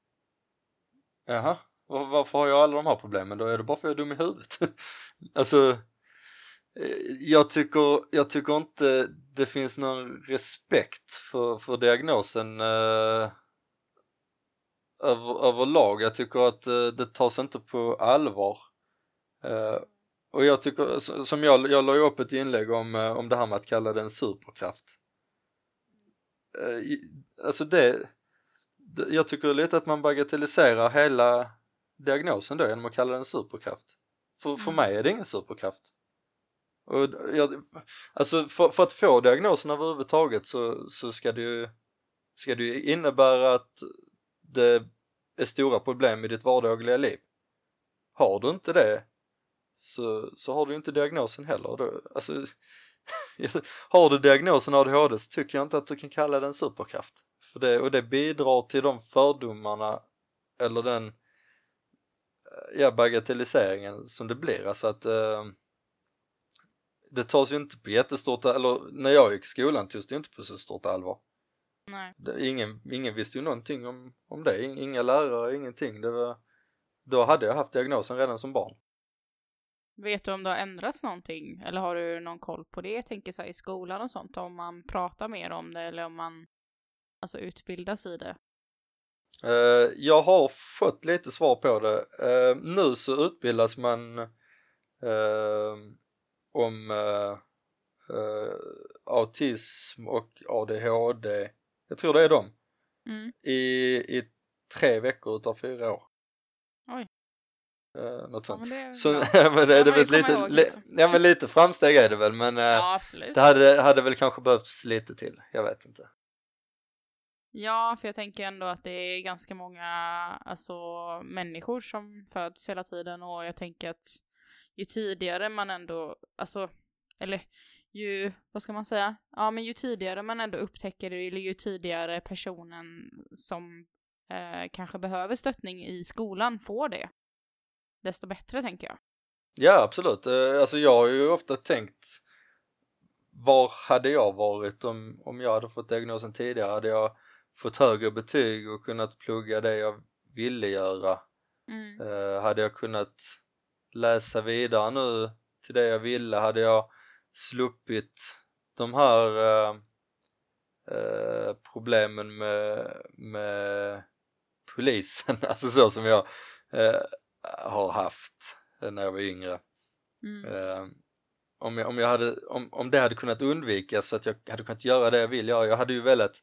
B: Jaha, varför har jag alla de här problemen? Då är det bara för att jag är dum i huvudet. Alltså, jag tycker inte det finns någon respekt för diagnosen överlag. Jag tycker att det tas inte på allvar. Och jag tycker, som jag la ju upp ett inlägg om det här med att kalla det en superkraft. Alltså jag tycker lite att man bagatelliserar hela diagnosen då genom att kalla den en superkraft. För mig är det ingen superkraft. Och alltså för att få diagnosen överhuvudtaget så ska det ju innebära att det är stora problem i ditt vardagliga liv. Har du inte det, så har du inte diagnosen heller. Alltså, har du diagnosen ADHD, så tycker jag inte att du kan kalla den superkraft. Och det bidrar till de fördomarna eller den bagatelliseringen som det blir. Alltså att det tas ju inte på jättestort, eller när jag gick i skolan togs det inte på så stort allvar.
A: Nej.
B: Ingen visste ju någonting om det, inga lärare, ingenting. Det var då hade jag haft diagnosen redan som barn.
A: Vet du om det har ändrats någonting? Eller har du någon koll på det? Jag tänker så här, i skolan och sånt. Om man pratar mer om det eller om man alltså utbildas i det.
B: Jag har fått lite svar på det. Nu så utbildas man om autism och ADHD. Jag tror det är dem. I 3 veckor utav 4 år.
A: Oj.
B: Något sånt.
A: Ja, men det,
B: så,
A: ja.
B: men det är väl lite,
A: ihåg, liksom.
B: ja, men lite framsteg är det väl, men
A: ja, absolut.
B: det hade väl kanske behövts lite till, jag vet inte.
A: Ja, för jag tänker ändå att det är ganska många alltså, människor som föds hela tiden, och jag tänker att ju tidigare man ändå, alltså, eller ju, vad ska man säga? Ja, men ju tidigare man ändå upptäcker det, eller ju tidigare personen som kanske behöver stöttning i skolan får det, desto bättre, tänker jag.
B: Ja, absolut. Alltså jag har ju ofta tänkt, var hade jag varit om jag hade fått diagnosen tidigare? Hade jag fått högre betyg och kunnat plugga det jag ville göra? Hade jag kunnat läsa vidare nu till det jag ville? Hade jag sluppit de här problemen med polisen, alltså så som jag har haft när jag var yngre. Om det hade kunnat undvikas så att jag hade kunnat göra det jag vill göra. Jag hade ju velat,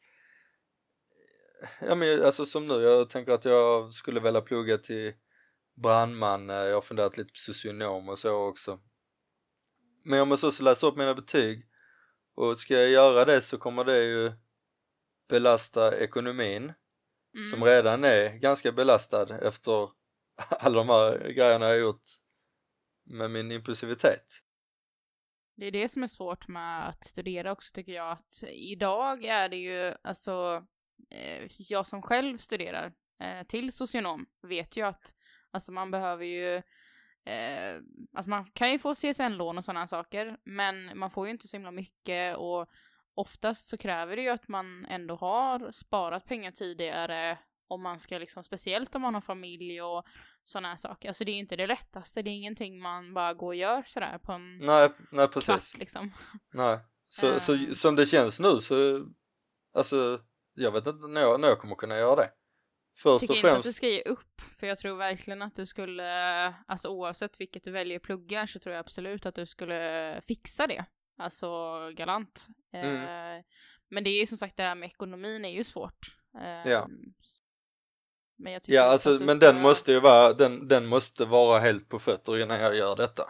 B: ja men alltså som nu, jag tänker att jag skulle vilja plugga till brandman. Jag har funderat lite på socionom och så också. Men om jag så läsa upp mina betyg, och ska jag göra det så kommer det ju belasta ekonomin som redan är ganska belastad efter alla de här grejerna jag har gjort med min impulsivitet.
A: Det är det som är svårt med att studera också, tycker jag, att idag är det ju, alltså jag som själv studerar till socionom vet ju att alltså man behöver ju alltså man kan ju få CSN-lån och sådana saker, men man får ju inte så himla mycket, och oftast så kräver det ju att man ändå har sparat pengar tidigare om man ska liksom, speciellt om man har familj och sådana här saker. Alltså det är ju inte det lättaste, det är ingenting man bara går och gör sådär på en
B: nej, precis.
A: kvart liksom.
B: Nej, så som det känns nu så, alltså jag vet inte när jag kommer kunna göra det.
A: Jag tycker inte att du ska ge upp, för jag tror verkligen att du skulle, alltså oavsett vilket du väljer pluggar, så tror jag absolut att du skulle fixa det. Alltså galant. Men det är ju som sagt, det här med ekonomin är ju svårt.
B: Ja.
A: Men jag tycker
B: alltså,
A: att
B: men den måste ju vara, den måste vara helt på fötter innan jag gör detta.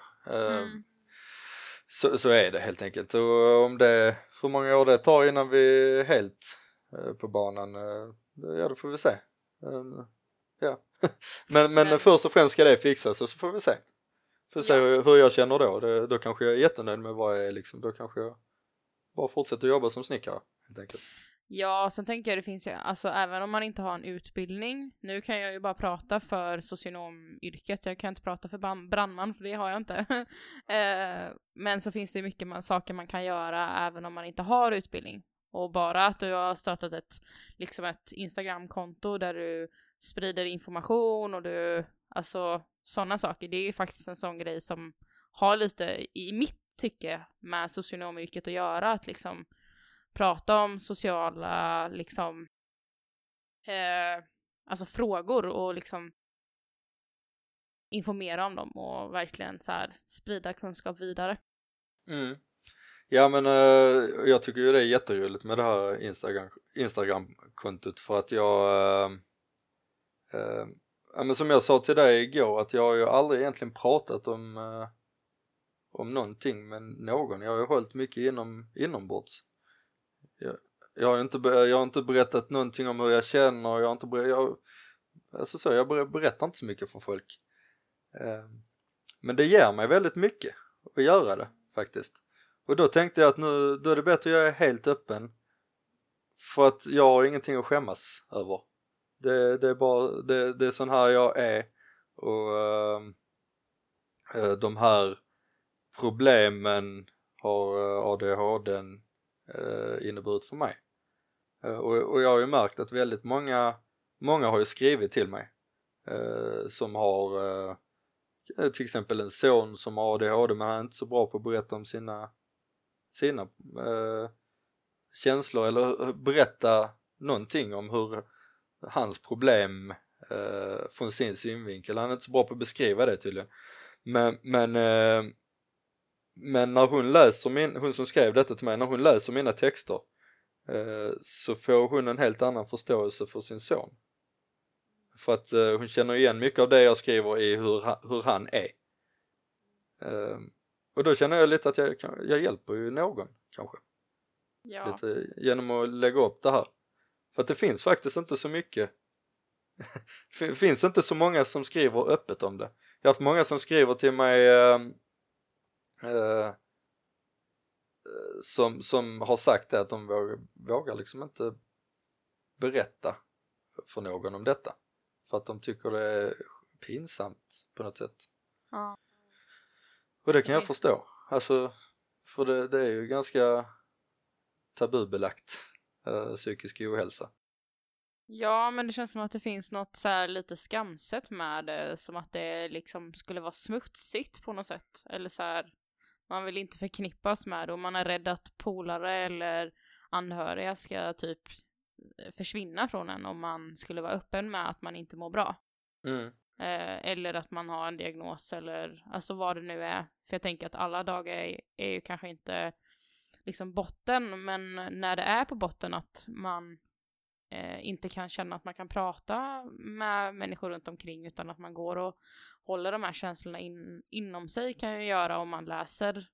B: Så är det helt enkelt. Och om det, hur många år det tar innan vi är helt på banan, ja då får vi se. Ja. men först och främst ska det fixas, och så får vi se. Får se hur jag känner då. Då kanske jag är jättenöjd med vad jag är liksom. Då kanske jag bara fortsätter jobba som snickare helt enkelt.
A: Ja, sen tänker jag det finns ju, alltså även om man inte har en utbildning, nu kan jag ju bara prata för socionomyrket, jag kan inte prata för brandman, för det har jag inte. Men så finns det ju mycket saker man kan göra även om man inte har utbildning. Och bara att du har startat ett Instagram-konto där du sprider information och du, alltså sådana saker, det är ju faktiskt en sån grej som har lite, i mitt tycke, med socionomyrket att göra, att liksom prata om sociala liksom alltså frågor och liksom informera om dem och verkligen så här sprida kunskap vidare.
B: Ja, men jag tycker ju det är jätteroligt med det här Instagram-kontot, för att jag men som jag sa till dig igår, att jag har ju aldrig egentligen pratat om någonting med någon. Jag har ju hållit mycket inombords. Jag har inte berättat någonting om hur jag känner. Jag berättar inte så mycket för folk. Men det ger mig väldigt mycket att göra det faktiskt. Och då tänkte jag att då är det bättre att jag är helt öppen, för att jag har ingenting att skämmas över. Det är bara det är sån här jag är, och de här problemen har ADHD inneburit för mig. Och jag har ju märkt att väldigt många har ju skrivit till mig som har till exempel en son som har ADHD, men han är inte så bra på att berätta om sina känslor eller berätta någonting om hur hans problem från sin synvinkel. Han är inte så bra på att beskriva det tydligen. Men när hon läser hon som skrev detta till mig, när hon läser mina texter så får hon en helt annan förståelse för sin son. För att hon känner igen mycket av det jag skriver i hur han är. Och då känner jag lite att jag hjälper ju någon kanske.
A: Ja.
B: Lite genom att lägga upp det här. För att det finns faktiskt inte så mycket. Det finns inte så många som skriver öppet om det. Jag har haft många som skriver till mig som har sagt det, att de vågar liksom inte berätta för någon om detta. För att de tycker det är pinsamt på något sätt.
A: Ja.
B: Och det kan jag förstå. Alltså, för det är ju ganska tabubelagt, psykisk ohälsa.
A: Ja, men det känns som att det finns något så här lite skamset med det, som att det liksom skulle vara smutsigt på något sätt. Eller så här, man vill inte förknippas med det, och man är rädd att polare eller anhöriga ska typ försvinna från en om man skulle vara öppen med att man inte mår bra. Eller att man har en diagnos, eller alltså vad det nu är. För jag tänker att alla dagar är ju kanske inte liksom botten, men när det är på botten att man inte kan känna att man kan prata med människor runt omkring, utan att man går och håller de här känslorna inom sig, kan jag göra om man läser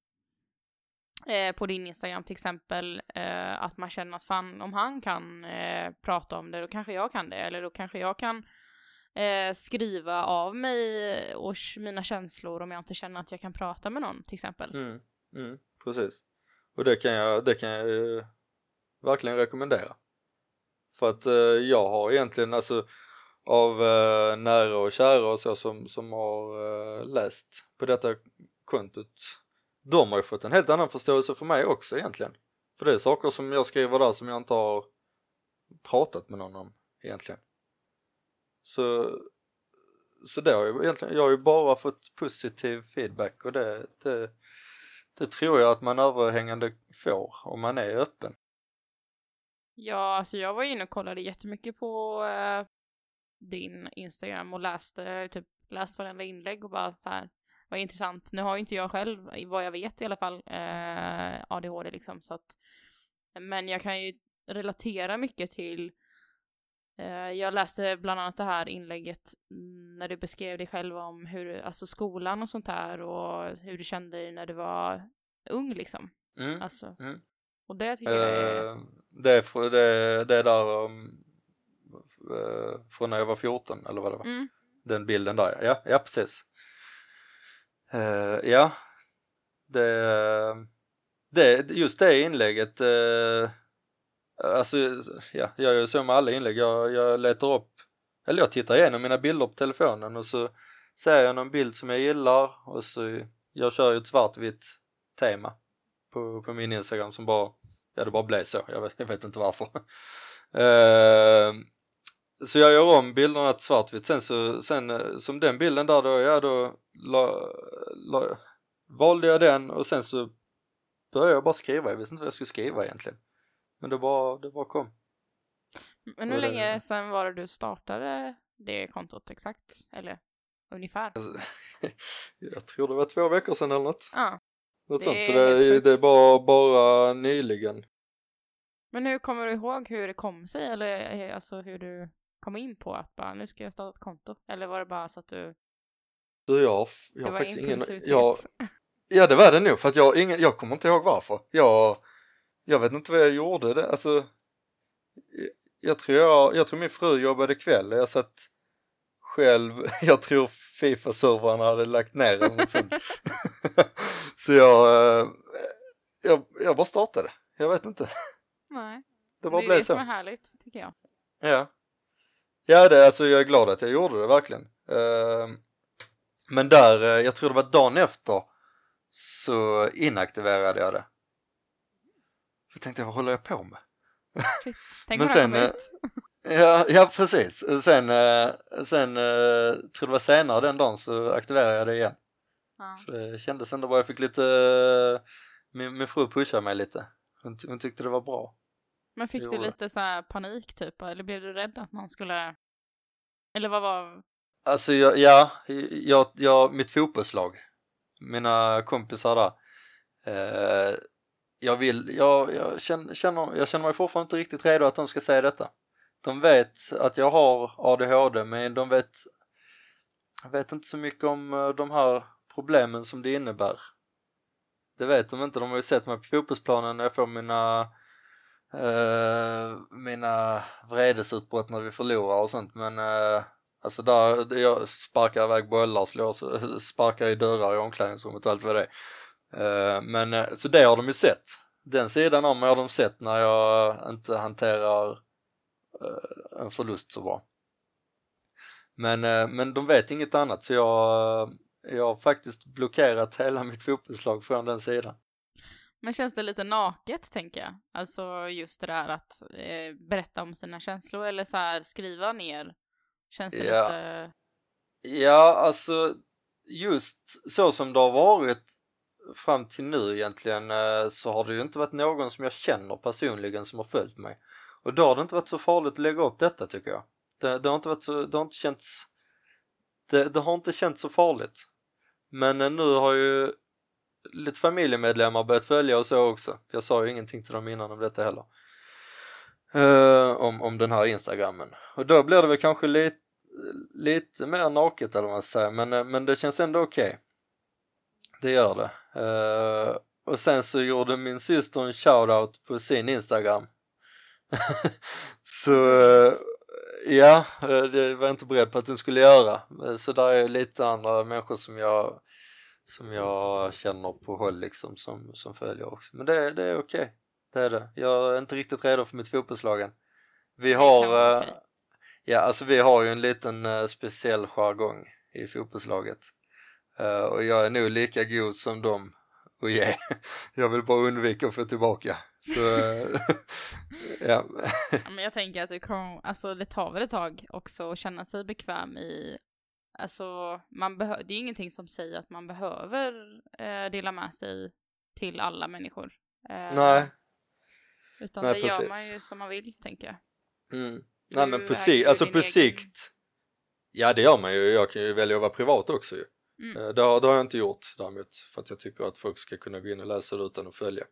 A: på din Instagram till exempel, att man känner att fan, om han kan prata om det, då kanske jag kan det, eller då kanske jag kan skriva av mig och mina känslor om jag inte känner att jag kan prata med någon till exempel.
B: Precis. Och det kan jag verkligen rekommendera. För att jag har egentligen alltså av nära och kära och så som har läst på detta kontot, de har ju fått en helt annan förståelse för mig också egentligen. För det är saker som jag skriver där som jag inte har pratat med någon om egentligen. Så det har ju egentligen, jag har ju bara fått positiv feedback, och det tror jag att man överhängande får om man är öppen.
A: Ja, alltså jag var inne och kollade jättemycket på din Instagram och läste varenda inlägg och bara så här, vad intressant. Nu har ju inte jag själv, vad jag vet i alla fall, ADHD liksom, så att, men jag kan ju relatera mycket till jag läste bland annat det här inlägget när du beskrev dig själv om hur, alltså skolan och sånt där, och hur du kände dig när du var ung liksom. Alltså. Och det tycker jag är...
B: Det är där från när jag var 14 eller vad det var. Den bilden där, ja precis. Ja, just det inlägget, alltså ja, jag gör så med alla inlägg. Jag letar upp, eller jag tittar igenom mina bilder på telefonen och så ser jag någon bild som jag gillar, och så jag kör ju ett svartvitt tema på min Instagram som bara, det bara blev så, jag vet inte varför. Så jag gör om bilderna till svartvitt, sen som den bilden där då valde jag den, och sen så började jag bara skriva. Jag visste inte vad jag skulle skriva egentligen, men det bara kom.
A: Men hur länge sedan var det du startade det kontot exakt, eller ungefär?
B: Jag tror det var 2 veckor sedan eller något.
A: Ja.
B: Något sånt, så det är bara nyligen. Men
A: hur kommer du ihåg hur det kom sig, eller alltså hur du kom in på att bara, nu ska jag starta ett konto, eller var det bara så att du...
B: Så jag
A: det
B: har
A: var
B: faktiskt ingen...
A: impulsivitet.
B: Ja, det var det nog, för att jag kommer inte ihåg varför. Jag vet inte vad jag gjorde det. Alltså, jag tror min fru jobbade kväll och jag satt själv. Jag tror FIFA-servrarna hade lagt ner eller något sånt. Så jag bara startade. Jag vet inte.
A: Nej.
B: Det bara
A: är
B: blev
A: det
B: så.
A: som är härligt, tycker jag.
B: Ja, alltså jag är glad att jag gjorde det verkligen. Men där, jag tror det var dagen efter, så inaktiverade jag det. Jag tänkte, vad håller jag på med?
A: Shit. Tänk
B: Men
A: vad
B: sen,
A: det ut.
B: Ja, precis. Sen tror det var senare den dagen så aktiverade jag det igen.
A: Ja.
B: För det kändes ändå bra. Jag fick lite, min fru pushade mig lite. Hon tyckte det var bra.
A: Men fick
B: Det
A: du
B: gjorde
A: lite så här panik typ? Eller blev du rädd att man skulle... Eller vad var...
B: Alltså mitt fotbollslag, mina kompisar där, jag känner mig fortfarande inte riktigt redo att de ska säga detta. De vet att jag har ADHD, men jag vet inte så mycket om de här problemen som det innebär. Det vet de inte, de har ju sett mig på fotbollsplanen när jag får mina vredesutbrott när vi förlorar och sånt, men alltså där jag sparkar iväg bollar, sparkar i dörrar i omklädningsrummet och allt vad det är. Men så det har de ju sett. Den sidan av mig har de sett när jag inte hanterar en förlust så bra. Men de vet inget annat, så jag har faktiskt blockerat hela mitt fotbollslag från den sidan.
A: Men känns det lite naket, tänker jag? Alltså just det där att berätta om sina känslor eller så här skriva ner. Känns det lite...
B: Ja, alltså just så som det har varit fram till nu egentligen, så har det ju inte varit någon som jag känner personligen som har följt mig. Och då har det inte varit så farligt att lägga upp detta, tycker jag. Det har inte varit så, det har inte känts, det har inte känts så farligt. Men nu har ju lite familjemedlemmar börjat följa och så också. Jag sa ju ingenting till dem innan om detta heller. Om den här Instagrammen. Och då blir det väl kanske lite mer naket eller vad man säger. Men det känns ändå okej. Det gör det. Och sen så gjorde min syster en shoutout på sin Instagram. Så ja, det var jag inte beredd på att hon skulle göra. Så där är lite andra människor som jag känner på håll liksom som följer också. Men det är okej. Det är det. Jag är inte riktigt redo för mitt fotbollslag än. Vi har ju en liten speciell jargong i fotbollslaget. Och jag är nog lika god som dem och jag vill bara undvika att få tillbaka. Så ja.
A: Men jag tänker att det tar väl ett tag också att känna sig bekväm i, alltså det är ingenting som säger att man behöver dela med sig till alla människor.
B: Nej.
A: Utan det gör man ju som man vill, tänker jag.
B: Nej, men på sikt, ja, det gör man ju. Jag kan ju välja att vara privat också ju. Det har jag inte gjort däremot, för att jag tycker att folk ska kunna gå in och läsa det utan att följa.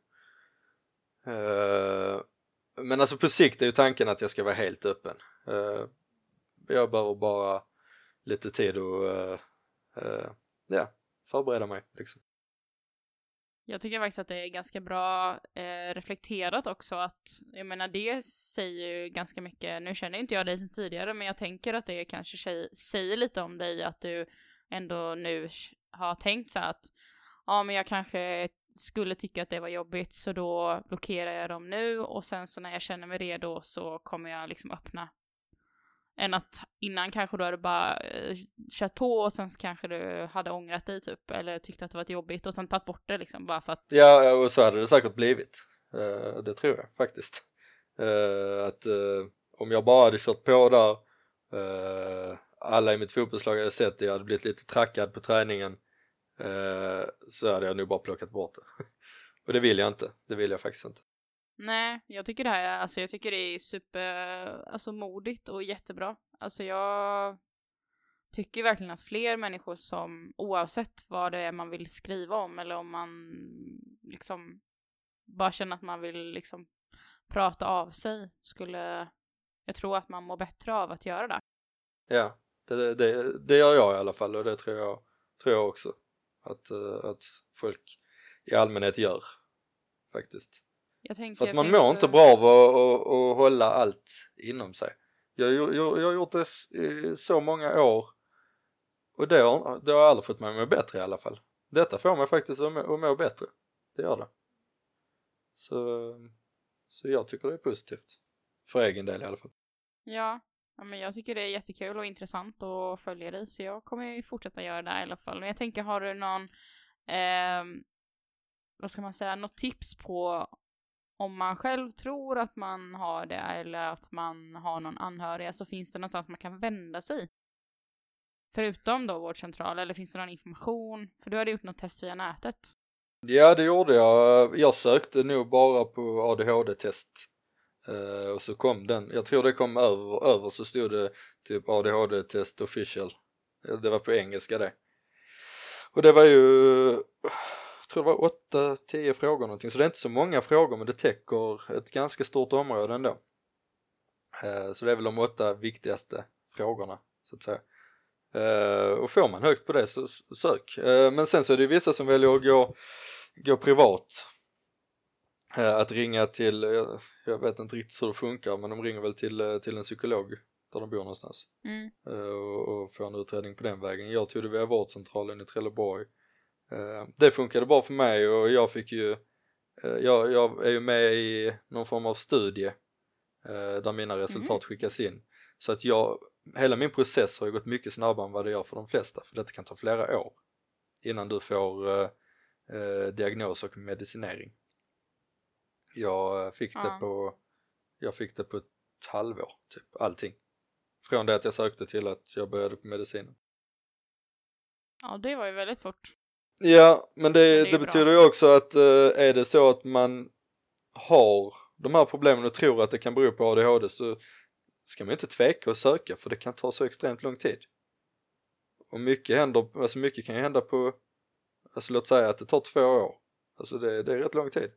B: Men alltså på sikt är ju tanken att jag ska vara helt öppen. Jag behöver bara lite tid och förbereda mig liksom.
A: Jag tycker faktiskt att det är ganska bra reflekterat också, att jag menar det säger ju ganska mycket. Nu känner inte jag dig sedan tidigare, men jag tänker att det kanske säger lite om dig, att du ändå nu har tänkt så att ja, men jag kanske skulle tycka att det var jobbigt, så då blockerar jag dem nu, och sen så när jag känner mig redo så kommer jag liksom öppna. Än att innan kanske du hade bara kört på och sen kanske du hade ångrat dig typ, eller tyckte att det var jobbigt och sen tagit bort det liksom bara för att... Ja,
B: och så hade det säkert blivit. Det tror jag faktiskt. Att om jag bara hade kört på där, alla i mitt fotbollslag hade sett det, jag hade blivit lite trackad på träningen, så hade jag nog bara plockat bort det. Och det vill jag inte. Det vill jag faktiskt inte.
A: Nej, jag tycker det är super modigt och jättebra. Alltså jag tycker verkligen att fler människor som, oavsett vad det är man vill skriva om, eller om man liksom bara känner att man vill liksom prata av sig, jag tror att man mår bättre av att göra det.
B: Ja, det gör jag i alla fall, och det tror jag också att folk i allmänhet gör faktiskt. För att man mår inte bra av att hålla allt inom sig. Jag har gjort det i så många år, och det har aldrig fått mig att må bättre i alla fall. Detta får mig faktiskt att må bättre. Det gör det. Så jag tycker det är positivt. För egen del i alla fall.
A: Ja, men jag tycker det är jättekul och intressant att följa dig, så jag kommer ju fortsätta göra det i alla fall. Men jag tänker, har du någon vad ska man säga, något tips på om man själv tror att man har det eller att man har någon anhörig, så finns det någonstans man kan vända sig? Förutom då vårdcentral, eller finns det någon information? För du hade gjort något test via nätet.
B: Ja, det gjorde jag. Jag sökte nog bara på ADHD-test. Och så kom den. Jag tror det kom över så stod det typ ADHD-test official. Det var på engelska det. Och det var ju, jag tror det var 8-10 frågor någonting. Så det är inte så många frågor, men det täcker ett ganska stort område ändå. Så det är väl de 8 viktigaste frågorna, så att säga. Och får man högt på det så sök. Men sen så är det vissa som väljer att gå privat. Att ringa till, jag vet inte riktigt hur det funkar, men de ringer väl till en psykolog där de bor någonstans. Och får en utredning på den vägen. Jag tog det via vårdcentralen i Trelleborg. Det funkade bra för mig, och jag fick ju, jag är ju med i någon form av studie där mina resultat skickas in. Så att hela min process har ju gått mycket snabbare än vad det gör för de flesta, för det kan ta flera år innan du får diagnos och medicinering. Jag fick det på ett halvår typ, allting. Från det att jag sökte till att jag började på medicinen.
A: Ja, det var ju väldigt fort.
B: Ja, men det betyder ju också att är det så att man har de här problemen och tror att det kan bero på ADHD, så ska man inte tveka att söka, för det kan ta så extremt lång tid. Och mycket kan ju hända på, alltså låt säga att det tar 2 år. Alltså det är rätt lång tid.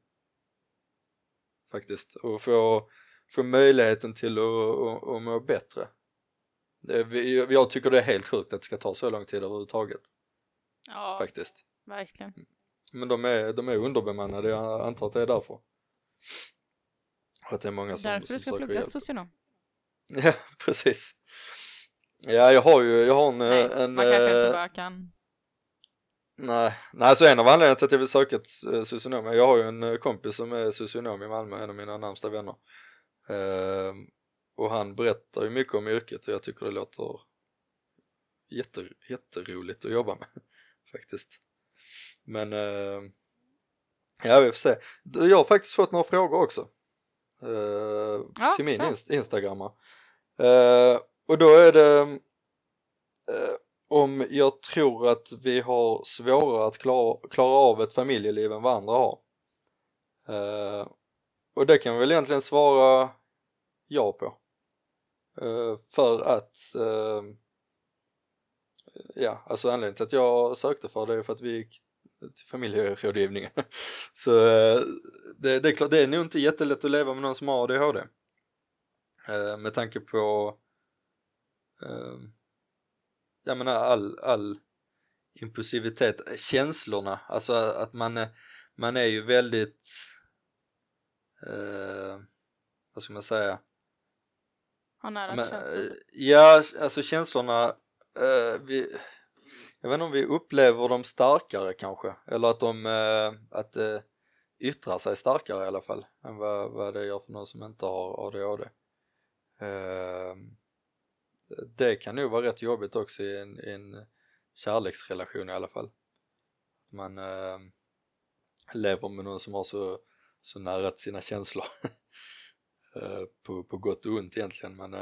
B: Faktiskt. Och få möjligheten till att må bättre. Jag tycker det är helt sjukt att det ska ta så lång tid överhuvudtaget.
A: Ja,
B: faktiskt.
A: Verkligen.
B: Men de är underbemannade, jag antar att det är därför. Och att det är många som
A: därför du ska
B: söker
A: plugga
B: hjälp.
A: socionom.
B: Ja, precis. Ja, jag har en...
A: Nej, man kanske inte bara kan.
B: Nej, så en av anledningarna till att jag vill söka ett socionom, jag har ju en kompis som är socionom i Malmö, en av mina närmsta vänner. Och han berättar ju mycket om yrket, och jag tycker det låter jätteroligt att jobba med faktiskt. Men ja, vi får se. Jag har faktiskt fått några frågor också till min Instagram. Och då är det om jag tror att vi har svårare att klara av ett familjeliv än vad andra har. Och det kan vi väl egentligen svara ja på. För att ja, alltså anledningen till att jag sökte för det är för att vi gick till familjerådgivningen. Så det är klart, det är nog inte jättelätt att leva med någon som har ADHD. Med tanke på jag menar all impulsivitet, känslorna, alltså att man är ju väldigt vad ska man säga,
A: Har nära känslor.
B: Ja, alltså känslorna jag vet inte om vi upplever dem starkare kanske, eller att det yttrar sig starkare i alla fall än vad det gör för någon som inte har ADHD. Det kan nog vara rätt jobbigt också i en kärleksrelation i alla fall. Man lever med någon som har så nära till sina känslor. på gott och ont egentligen, men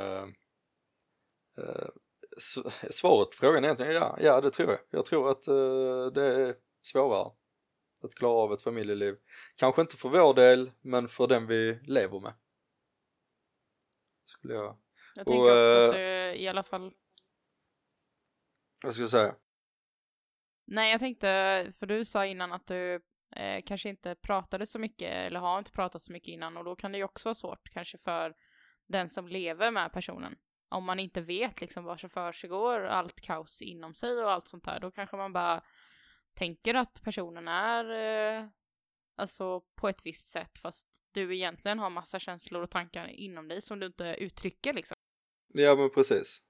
B: svaret på frågan är egentligen ja, det tror jag. Jag tror att det är svårare att klara av ett familjeliv. Kanske inte för vår del, men för den vi lever med. Skulle jag
A: tänker också att det i alla fall.
B: Vad ska jag säga?
A: Nej, jag tänkte, för du sa innan att du kanske inte pratade så mycket, eller har inte pratat så mycket innan, och då kan det ju också vara svårt kanske för den som lever med personen. Om man inte vet liksom vad som försiggår, allt kaos inom sig och allt sånt där, då kanske man bara tänker att personen är alltså på ett visst sätt, fast du egentligen har massa känslor och tankar inom dig som du inte uttrycker liksom.
B: Ja, men precis.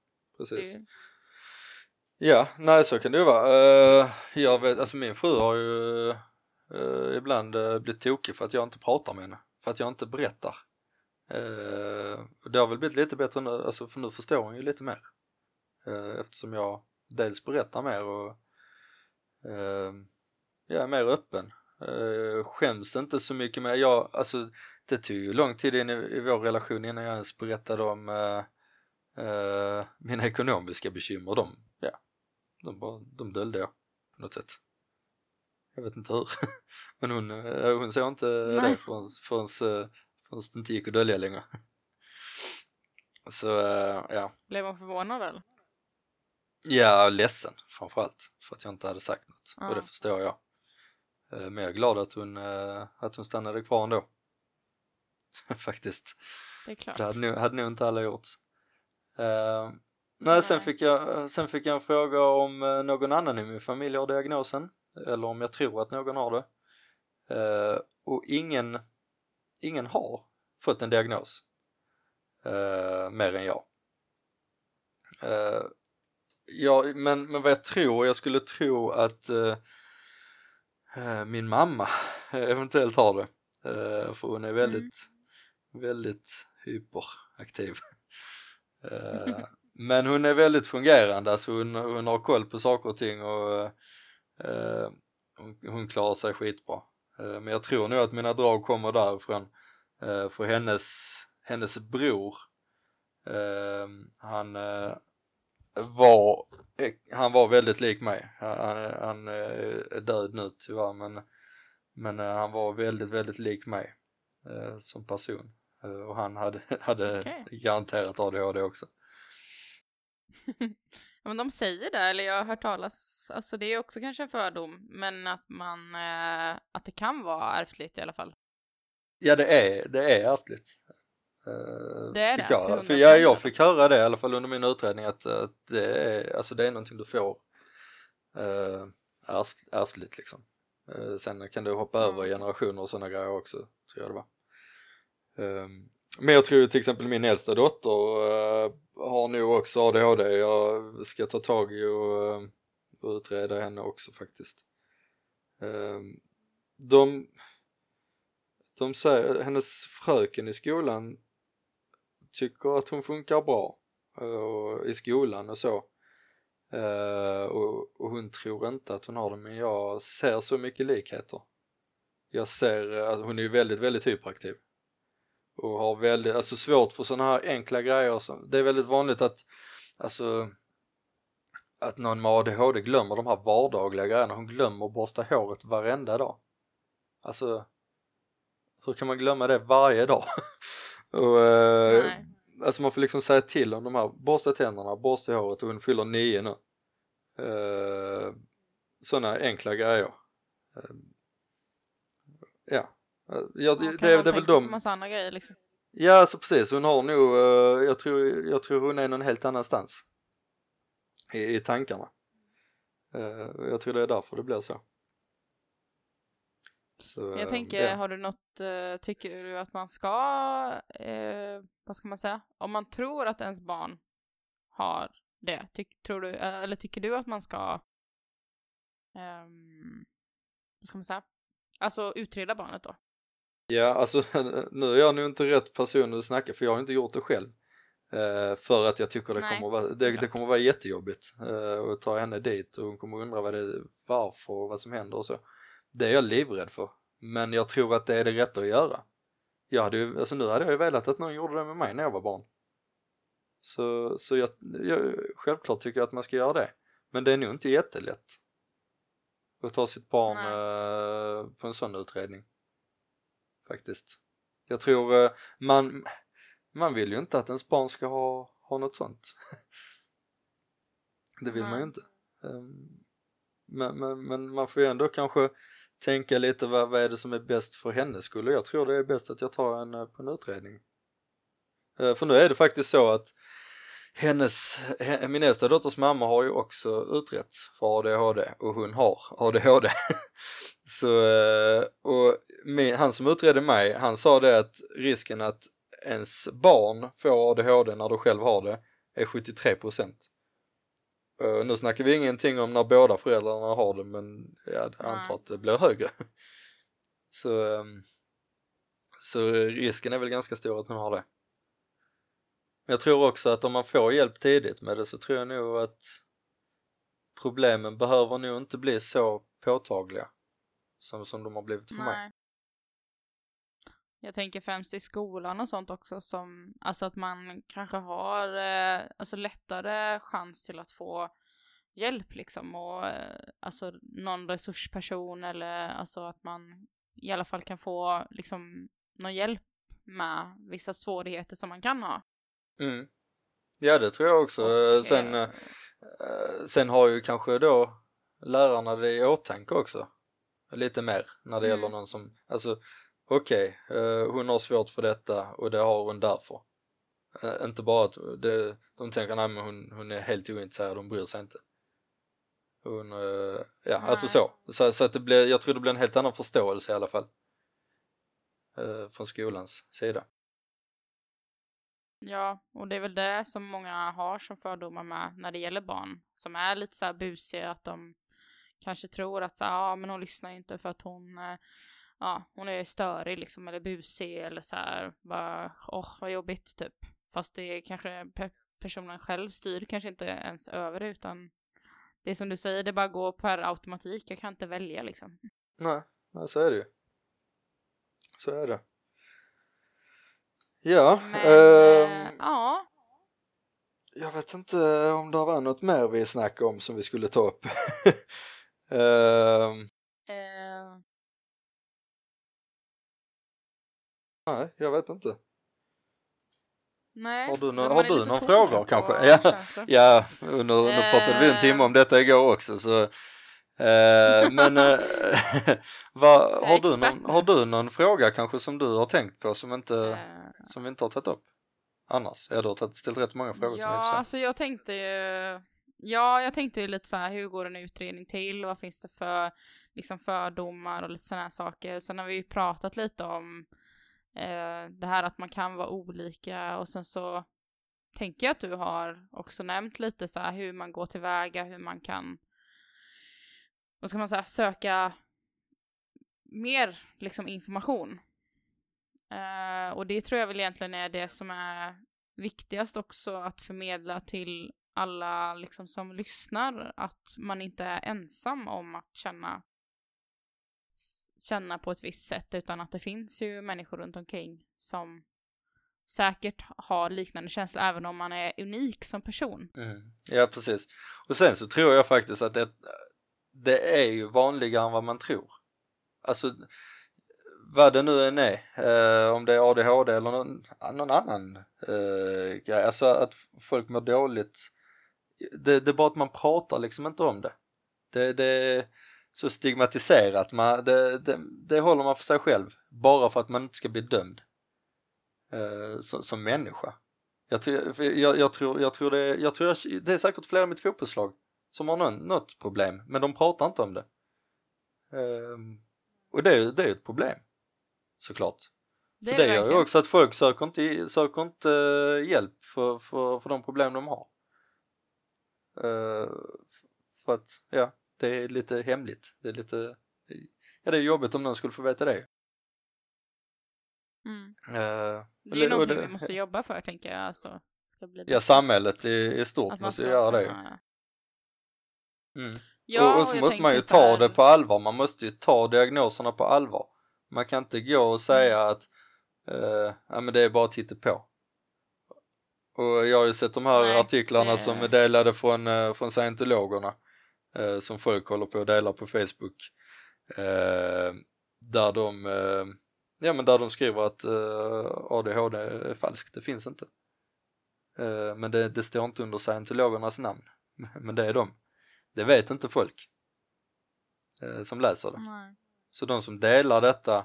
B: Ja, nej, så kan det ju vara. Jag vet, alltså min fru har ju ibland blivit tokig för att jag inte pratar med henne, för att jag inte berättar. Det har väl blivit lite bättre nu, alltså, för nu förstår hon ju lite mer. Eftersom jag dels berättar mer och jag är mer öppen. Skäms inte så mycket mer. Alltså det tog ju lång tid in i vår relation innan jag ens berättade om mina ekonomiska bekymmer. De döljde jag på något sätt. Jag vet inte hur. Men hon såg inte det förrän det inte gick att dölja längre. Så ja.
A: Blev hon förvånad eller?
B: Ja, ledsen framförallt för att jag inte hade sagt något. Och det förstår jag. Men jag är glad att hon stannade kvar ändå. Faktiskt.
A: Det är klart.
B: Det hade nog inte alla gjort. Nej. Sen fick jag en fråga om någon annan i min familj har diagnosen. Eller om jag tror att någon har det. Och ingen har fått en diagnos. Mer än jag. Men vad jag skulle tro att min mamma eventuellt har det. För hon är väldigt hyperaktiv. Men hon är väldigt fungerande, alltså hon har koll på saker och ting och hon klarar sig skitbra. Men jag tror nog att mina drag kommer därifrån. För hennes bror, han var väldigt lik mig. Han är död nu tyvärr, men han var väldigt, väldigt lik mig som person. Och han hade garanterat ADHD också.
A: Ja, men de säger det, eller jag har hört talas, alltså det är också kanske en fördom, men att det kan vara ärftligt i alla fall. Ja,
B: det är ärftligt.
A: Det är det,
B: jag. För jag fick höra det i alla fall under min utredning att det är någonting du får ärftligt liksom. Sen kan du hoppa över generationer och sådana grejer också, tror jag det var. Men jag tror till exempel min äldsta dotter har nog också ADHD. Jag ska ta tag i och utreda henne också faktiskt. De säger, hennes fröken i skolan tycker att hon funkar bra i skolan och så. Och hon tror inte att hon har det, men jag ser så mycket likheter. Jag ser, alltså hon är ju väldigt, väldigt hyperaktiv. Och har väldigt, svårt för sådana här enkla grejer. Det är väldigt vanligt att någon med ADHD glömmer de här vardagliga grejerna. Hon glömmer att borsta håret varenda dag. Alltså, hur kan man glömma det varje dag? Och, man får liksom säga till om de här, borsta tänderna, borsta håret, och hon fyller 9 nu. Sådana enkla grejer. Ja. Det är väl de
A: massa andra grejer liksom.
B: Ja, alltså precis, hon har nog jag tror hon är någon helt annanstans i tankarna. Jag tror det är därför det blir så.
A: Jag tänker, har du något, tycker du att man ska vad ska man säga, om man tror att ens barn har det, tycker du att man ska vad ska man säga, alltså utreda barnet då?
B: Ja, alltså nu är jag nog inte rätt person att snacka, för jag har inte gjort det själv. För att jag tycker det kommer vara jättejobbigt att ta henne dit, och hon kommer undra varför och vad som händer och så. Det är jag livrädd för, men jag tror att det är det rätta att göra. Nu hade jag ju velat att någon gjorde det med mig när jag var barn. Så jag självklart tycker att man ska göra det, men det är nog inte jättelätt att ta sitt barn på en sån utredning. Faktiskt. Jag tror man vill ju inte att ens barn ska ha något sånt. Det vill man ju inte. Men man får ju ändå kanske tänka lite vad är det som är bäst för hennes skull. Jag tror det är bäst att jag tar henne på en utredning. För nu är det faktiskt så att min äldsta dotters mamma har ju också utretts för ADHD, och hon har ADHD. Så, och han som utredde mig, han sa det att risken att ens barn får ADHD när du själv har det är 73%. Nu snackar vi ingenting om när båda föräldrarna har det, men jag antar att det blir högre. Så risken är väl ganska stor att hon har det. Jag tror också att om man får hjälp tidigt med det, så tror jag nog att problemen behöver nog inte bli så påtagliga som de har blivit för mig.
A: Jag tänker främst i skolan och sånt också, som alltså att man kanske har alltså lättare chans till att få hjälp liksom, och alltså någon resursperson, eller alltså att man i alla fall kan få liksom någon hjälp med vissa svårigheter som man kan ha.
B: Mm. Ja, det tror jag också.
A: Och,
B: Sen har ju kanske då lärarna det i åtanke också. Lite mer när det gäller någon som, alltså okej, hon har svårt för detta och det har hon därför. Inte bara att de tänker nej, men hon är helt ointresserad, hon bryr sig inte. Hon, alltså så att det blir, jag tror det blir en helt annan förståelse i alla fall. Från skolans sida.
A: Ja, och det är väl det som många har som fördomar med när det gäller barn som är lite så här busiga, att de kanske tror att så här, ja men hon lyssnar ju inte för att hon är störig liksom, eller busig, eller så här, bara vad jobbigt typ. Fast det är kanske personen själv styr kanske inte ens över det, utan det är som du säger, det bara går per automatik, jag kan inte välja liksom.
B: Nej, så är det ju. Så är det. Ja,
A: men,
B: jag vet inte om det var något mer vi snackade om som vi skulle ta upp. Nej, jag vet inte.
A: Nej.
B: Har du någon fråga kanske? Ja, nu pratade vi en timme om detta igår också, så men har du någon fråga kanske som du har tänkt på som vi inte har tagit upp annars? Du har ställt rätt många frågor till mig.
A: Ja, alltså jag tänkte ju lite så här, hur går en utredning till? Vad finns det för liksom fördomar och lite sådana här saker? Sen har vi ju pratat lite om det här att man kan vara olika, och sen så tänker jag att du har också nämnt lite så här hur man går tillväga, hur man kan, vad ska man säga, söka mer liksom information. Och det tror jag väl egentligen är det som är viktigast också att förmedla till alla liksom som lyssnar, att man inte är ensam om att känna på ett visst sätt, utan att det finns ju människor runt omkring som säkert har liknande känslor, även om man är unik som person.
B: Ja, precis. Och sen så tror jag faktiskt att det är ju vanligare än vad man tror. Alltså vad det nu än är, om det är ADHD eller någon annan grej, alltså att folk mår dåligt, det är bara att man pratar liksom inte om det. Det är så stigmatiserat, det håller man för sig själv, bara för att man inte ska bli dömd som människa. Jag tror det är säkert flera i mitt fotbollslag som har något problem, men de pratar inte om det. Och det är ett problem, såklart. För det gör ju också att folk söker inte hjälp för de problem de har. För att, det är lite hemligt. Det är jobbigt om någon skulle få veta det.
A: Det är någonting vi måste jobba för, tänker jag. Alltså, ska bli
B: samhället i stort måste göra det. Och så måste man ju ta det på allvar. Man måste ju ta diagnoserna på allvar. Man kan inte gå och säga att men det är bara att titta på. Och jag har ju sett de här artiklarna som är delade från scientologerna, som folk håller på att dela på Facebook, där de skriver att ADHD är falskt, det finns inte. Men det står inte under scientologernas namn, men det är de. Det vet inte folk som läser det.
A: Nej.
B: Så de som delar detta,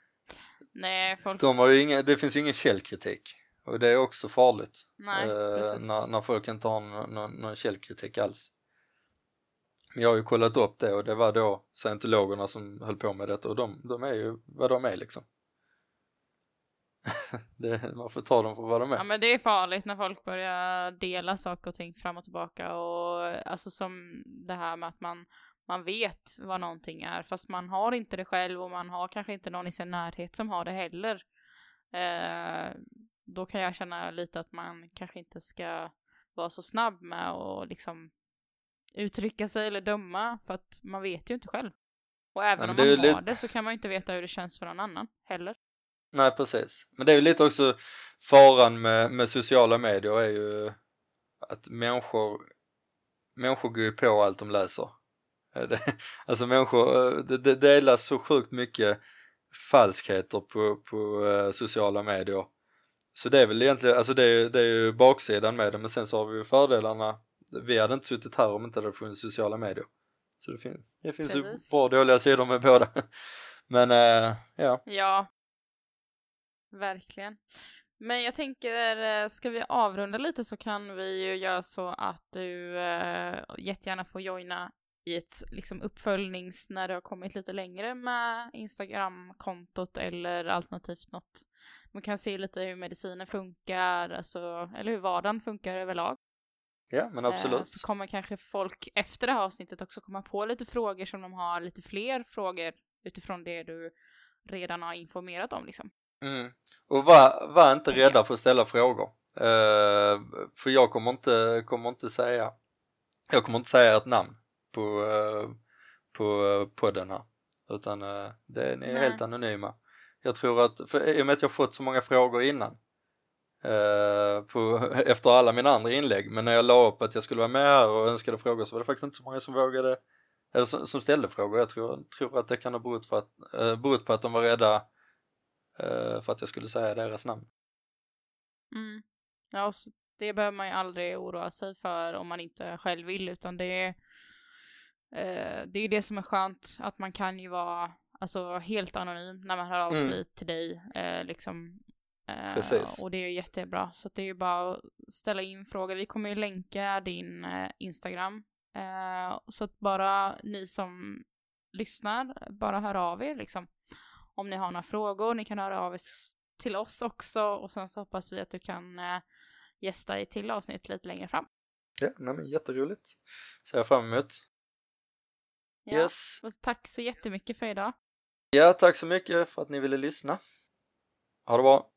B: de har ju det finns ju ingen källkritik, och det är också farligt. När folk inte har någon källkritik alls. Jag har ju kollat upp det, och det var då scientologerna som höll på med detta, och de är ju vad de är liksom. Man får ta dem för vad de är.
A: Ja, men det är farligt när folk börjar dela saker och ting fram och tillbaka, och alltså som det här med att man vet vad någonting är, fast man har inte det själv, och man har kanske inte någon i sin närhet som har det heller. Då kan jag känna lite att man kanske inte ska vara så snabb med att liksom uttrycka sig eller döma, för att man vet ju inte själv. Och även om man har det, så kan man ju inte veta hur det känns för någon annan heller.
B: Nej, precis. Men det är ju lite också faran med sociala medier är ju att människor går ju på allt de läser. Det, alltså det delas så sjukt mycket falskheter på sociala medier. Så det är väl egentligen, alltså det är ju baksidan med det, men sen så har vi ju fördelarna. Vi hade inte suttit här om inte det hade funnits sociala medier. Så det finns ju
A: Precis.
B: bra och dåliga sidor med båda. Men ja.
A: Ja, verkligen. Men jag tänker, ska vi avrunda lite så kan vi ju göra så att du jättegärna får joina i ett liksom uppföljnings när du har kommit lite längre med Instagram-kontot eller alternativt något. Man kan se lite hur medicinen funkar, alltså, eller hur vardagen funkar överlag.
B: Ja, men absolut.
A: Så kommer kanske folk efter det här avsnittet också komma på lite frågor som de har lite fler frågor utifrån det du redan har informerat om liksom.
B: Och var inte rädda för att ställa frågor. För jag kommer inte säga ett namn på podden här. Utan ni är helt anonyma. Jag tror att, i och med att jag fått så många frågor innan efter alla mina andra inlägg, men när jag la upp att jag skulle vara med här och önskade frågor så var det faktiskt inte så många som vågade eller som ställde frågor. Jag tror att det kan ha berott på att de var rädda för att jag skulle säga deras namn.
A: Ja, så det behöver man ju aldrig oroa sig för om man inte själv vill, utan det är det som är skönt, att man kan ju vara alltså helt anonym när man hör av sig till dig liksom.
B: Precis.
A: Och det är ju jättebra, så det är ju bara att ställa in frågor. Vi kommer ju länka din Instagram så att bara ni som lyssnar bara hör av er liksom. Om ni har några frågor, ni kan höra av er till oss också, och sen så hoppas vi att du kan gästa i till avsnitt lite längre fram.
B: Ja, men jätteroligt. Ser jag fram emot.
A: Ja.
B: Yes.
A: Och tack så jättemycket för idag.
B: Ja, tack så mycket för att ni ville lyssna. Ha det bra.